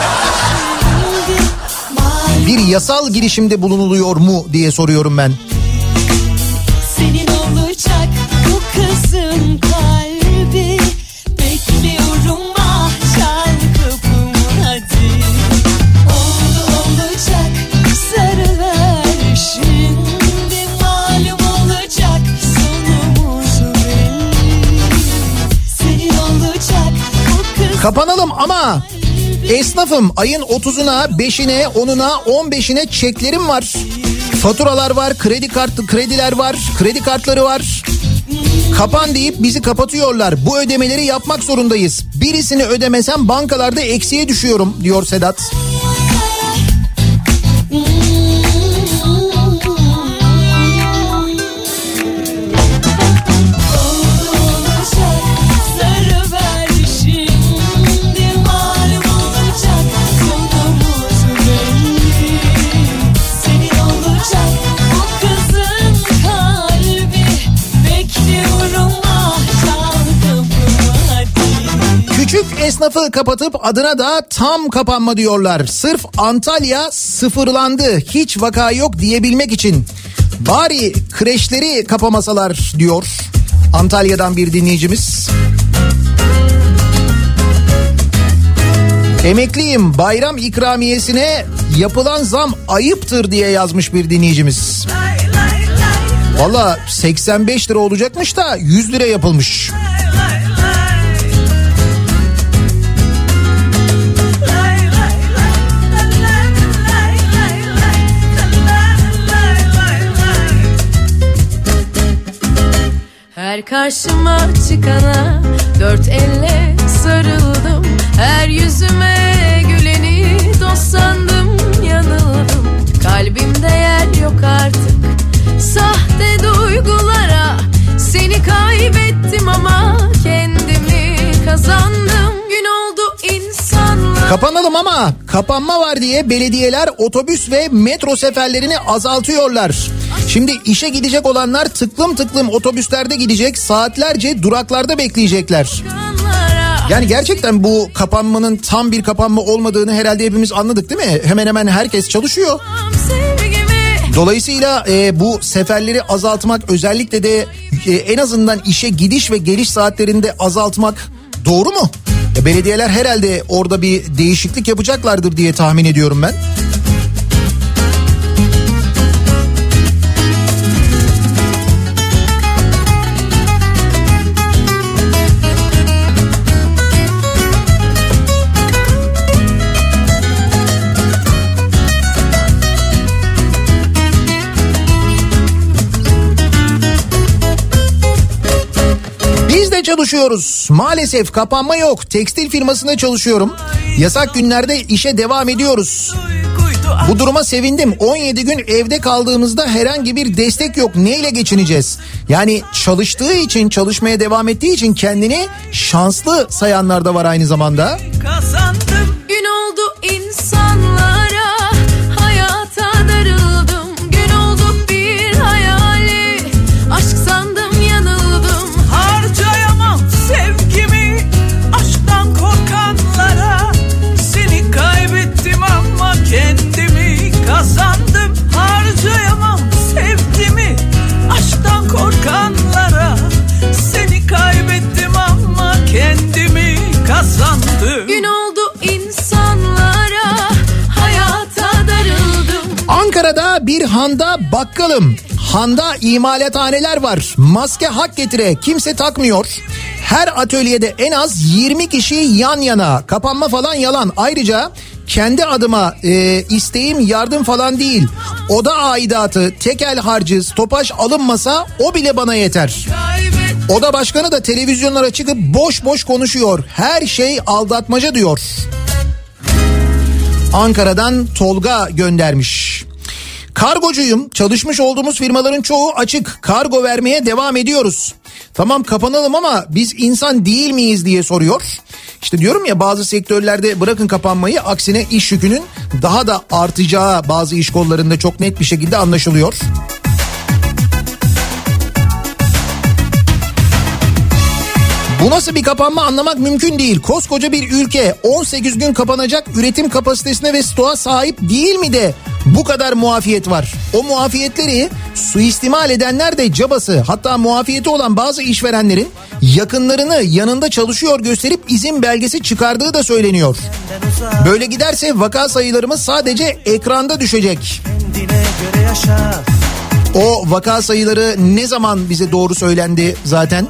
Bir yasal girişimde bulunuluyor mu diye soruyorum ben. Senin olacak bu kızın kalbi, bekliyorum ah çal kapımı hadi. Oldu olacak sarıver şimdi, malum olacak sonumuz belli. Senin olacak bu kız. Kapanalım ama esnafım, ayın 30'una, 5'ine, 10'una, 15'ine çeklerim var. Faturalar var, krediler var, kredi kartları var. Kapan deyip bizi kapatıyorlar. Bu ödemeleri yapmak zorundayız. Birisini ödemesem bankalarda eksiye düşüyorum diyor Sedat. bekliyorum ah çal kapımı hadi. Küçük esnafı kapatıp adına da tam kapanma diyorlar. Sırf Antalya sıfırlandı, hiç vaka yok diyebilmek için. Bari kreşleri kapamasalar diyor Antalya'dan bir dinleyicimiz. Emekliyim, bayram ikramiyesine yapılan zam ayıptır diye yazmış bir dinleyicimiz. Valla 85 lira olacakmış da 100 lira yapılmış. Her karşıma çıkana dört elle sarıldım. Her yüzüme güleni dost sandım, yanıldım. Kalbimde yer yok artık sahte duygulara. Seni kaybettim ama kendimi kazandım. Gün oldu insanlar. Kapanalım ama kapanma var diye belediyeler otobüs ve metro seferlerini azaltıyorlar. Şimdi işe gidecek olanlar tıklım tıklım otobüslerde gidecek, saatlerce duraklarda bekleyecekler. Yani gerçekten bu kapanmanın tam bir kapanma olmadığını herhalde hepimiz anladık değil mi? Hemen hemen herkes çalışıyor. Dolayısıyla bu seferleri azaltmak, özellikle de en azından işe gidiş ve geliş saatlerinde azaltmak doğru mu? Belediyeler herhalde orada bir değişiklik yapacaklardır diye tahmin ediyorum ben. Çalışıyoruz. Maalesef kapanma yok. Tekstil firmasında çalışıyorum. Yasak günlerde işe devam ediyoruz. Bu duruma sevindim. 17 gün evde kaldığımızda herhangi bir destek yok. Neyle geçineceğiz? Yani çalıştığı için, çalışmaya devam ettiği için kendini şanslı sayanlar da var aynı zamanda. Kazandım. Gün oldu insanlara, hayata darıldım. Gün oldu bir hayali, aşk sandım yanıldım. Harcayamam sevgimi aşktan korkanlara. Seni kaybettim ama kendimi kazandım. Harcayamam sevgimi aşktan korkanlara. Seni kaybettim ama kendimi kazandım. Gün oldu insanlara, hayata darıldım. Ankara'da bir handa bakkalım. Handa imalathaneler var. Maske hak getire, kimse takmıyor. Her atölyede en az 20 kişi yan yana. Kapanma falan yalan. Ayrıca kendi adıma isteğim yardım falan değil. Oda aidatı, tekel harcı, stopaj alınmasa o bile bana yeter. Oda başkanı da televizyonlara çıkıp boş boş konuşuyor. Her şey aldatmaca diyor. Ankara'dan Tolga göndermiş. Kargocuyum. Çalışmış olduğumuz firmaların çoğu açık. Kargo vermeye devam ediyoruz. Tamam kapanalım ama biz insan değil miyiz diye soruyor. İşte diyorum ya, bazı sektörlerde bırakın kapanmayı, aksine iş yükünün daha da artacağı bazı iş kollarında çok net bir şekilde anlaşılıyor. Bu nasıl bir kapanma anlamak mümkün değil. Koskoca bir ülke 18 gün kapanacak üretim kapasitesine ve stoğa sahip değil mi de bu kadar muafiyet var? O muafiyetleri suistimal edenler de cabası. Hatta muafiyeti olan bazı işverenlerin yakınlarını yanında çalışıyor gösterip izin belgesi çıkardığı da söyleniyor. Böyle giderse vaka sayılarımız sadece ekranda düşecek. O vaka sayıları ne zaman bize doğru söylendi zaten?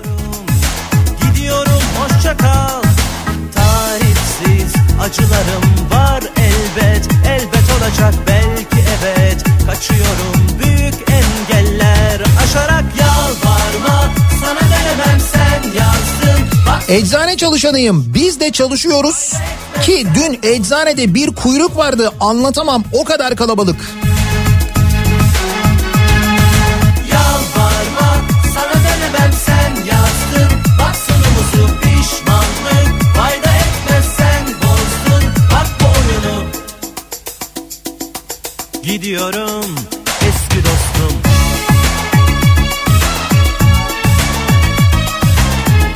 Hoşça kal, tarifsiz acılarım var elbet, elbet olacak belki evet. Kaçıyorum büyük engeller aşarak, yalvarma sana denemem, sen yazdın. Bak. Eczane çalışanıyım, biz de çalışıyoruz ki dün eczanede bir kuyruk vardı, anlatamam, o kadar kalabalık. Yalvarma sana denemem, sen yazdın. Bak sonumuzu pişmanlık, fayda etmezsen bozdun. Bak bu oyunu. Gidiyorum eski dostum.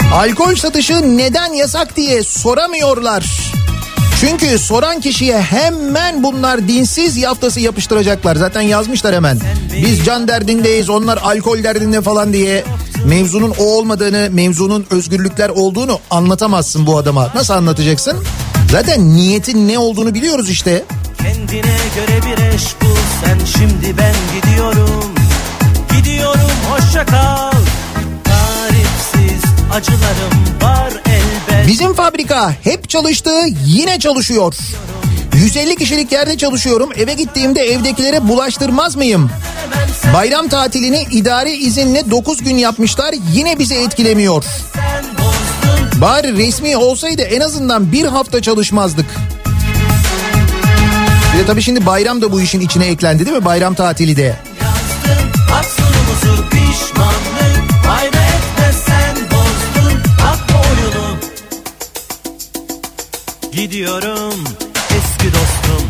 Alkol satışı neden yasak diye soramıyorlar. Çünkü soran kişiye hemen bunlar dinsiz yaftası yapıştıracaklar. Zaten yazmışlar hemen. Biz can derdindeyiz, onlar alkol derdinde falan diye. Mevzunun o olmadığını, mevzunun özgürlükler olduğunu anlatamazsın bu adama. Nasıl anlatacaksın? Zaten niyetin ne olduğunu biliyoruz işte. Kendine göre bir eş bul sen, şimdi ben gidiyorum. Gidiyorum, hoşça kal. Tarifsiz acılarım var elbet. Bizim fabrika hep çalıştı, yine çalışıyor. 150 kişilik yerde çalışıyorum. Eve gittiğimde evdekilere bulaştırmaz mıyım? Bayram tatilini idari izinle 9 gün yapmışlar. Yine bizi etkilemiyor. Bari resmi olsaydı en azından bir hafta çalışmazdık. Bir de tabii şimdi bayram da bu işin içine eklendi değil mi? Bayram tatili de. Bak sonumuzu pişmanlık, fayda etmezsen bozdun bak oyunu. Gidiyorum eski dostum.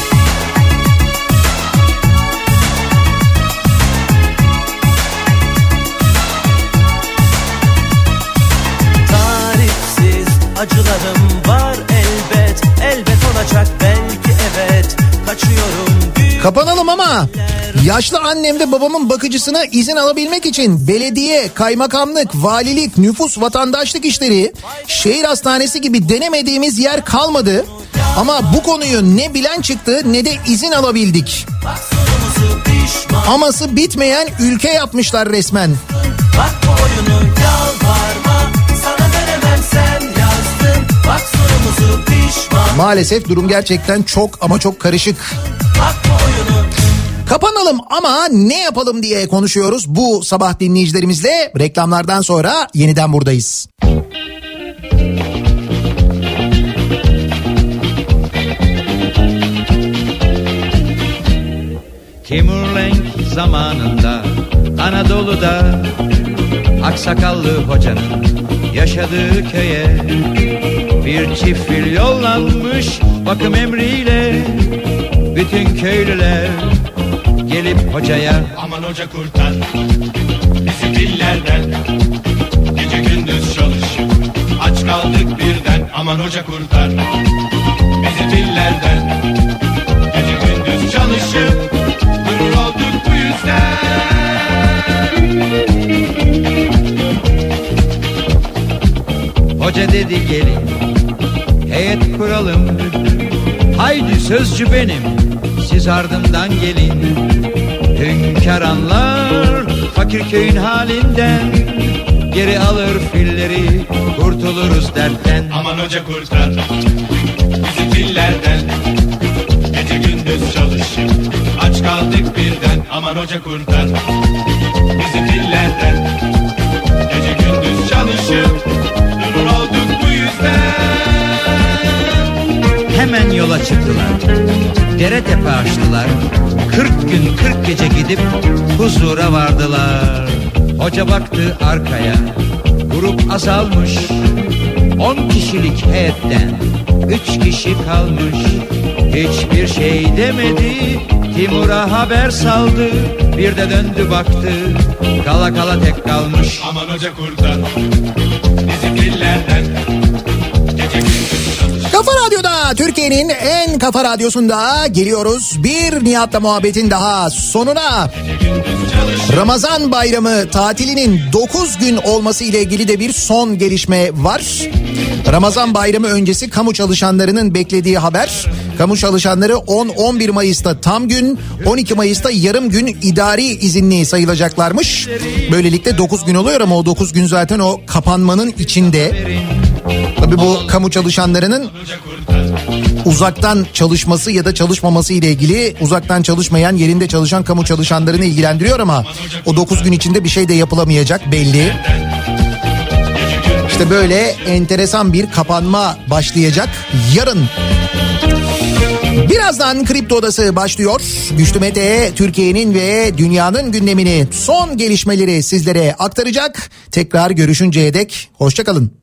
Tarifsiz acılarım var elbet, elbet olacak belki evet. Kaçıyorum. Kapanalım ama yaşlı annem ve babamın bakıcısına izin alabilmek için belediye, kaymakamlık, valilik, nüfus, vatandaşlık işleri, şehir hastanesi gibi denemediğimiz yer kalmadı. Ama bu konuyu ne bilen çıktı ne de izin alabildik. Aması bitmeyen ülke yapmışlar resmen. Bak bu oyunu yalvarma, sana veremem sen yazdın. Bak sorumuzu pişman. Maalesef durum gerçekten çok ama çok karışık. Bak bu oyunu. Kapanalım ama ne yapalım diye konuşuyoruz bu sabah dinleyicilerimizle. Reklamlardan sonra yeniden buradayız. Timur Lenk zamanında Anadolu'da aksakallı hocanın yaşadığı köye bir çift fil yollanmış bakım emriyle. Bütün köylüler gelip hocaya Aman hoca kurtar bizi fillerden, gece gündüz çalış, aç kaldık birden. Aman hoca kurtar bizi fillerden, gece gündüz çalışıp durur olduk bu yüzden. hoca dedi gelin heyet kuralım, haydi sözcü benim siz ardımdan gelin. Hünkâr anlar fakir köyün halinden, geri alır filleri kurtuluruz dertten. Aman hoca kurtar bizi fillerden, gece gündüz çalış, aç kaldık birden. Aman hoca kurtar bizi fillerden, gece gündüz çalışıp durur olduk bu yüzden. Hemen yola çıktılar, dere tepe açtılar, 40 gün 40 gece gidip huzura vardılar. Hoca baktı arkaya, grup azalmış, 10 kişilik heyetten 3 kişi kalmış. Hiçbir şey demedi, Timur'a haber saldı, bir de döndü baktı, kala kala tek kalmış. Aman hoca kurtar bizi fillerden, gece gündüz çalış. Kafa Radyo'da, Türkiye'nin en kafa radyosunda geliyoruz. Bir Nihat'la muhabbetin daha sonuna. Ramazan bayramı tatilinin 9 gün olması ile ilgili de bir son gelişme var. Ramazan bayramı öncesi kamu çalışanlarının beklediği haber. Kamu çalışanları 10-11 Mayıs'ta tam gün, 12 Mayıs'ta yarım gün idari izinli sayılacaklarmış. Böylelikle 9 gün oluyor ama o 9 gün zaten o kapanmanın içinde. Tabii bu kamu çalışanlarının uzaktan çalışması ya da çalışmaması ile ilgili, uzaktan çalışmayan yerinde çalışan kamu çalışanlarını ilgilendiriyor ama o 9 gün içinde bir şey de yapılamayacak belli. İşte böyle enteresan bir kapanma başlayacak yarın. Birazdan Kripto Odası başlıyor. Güçlü Mete Türkiye'nin ve dünyanın gündemini, son gelişmeleri sizlere aktaracak. Tekrar görüşünceye dek hoşça kalın.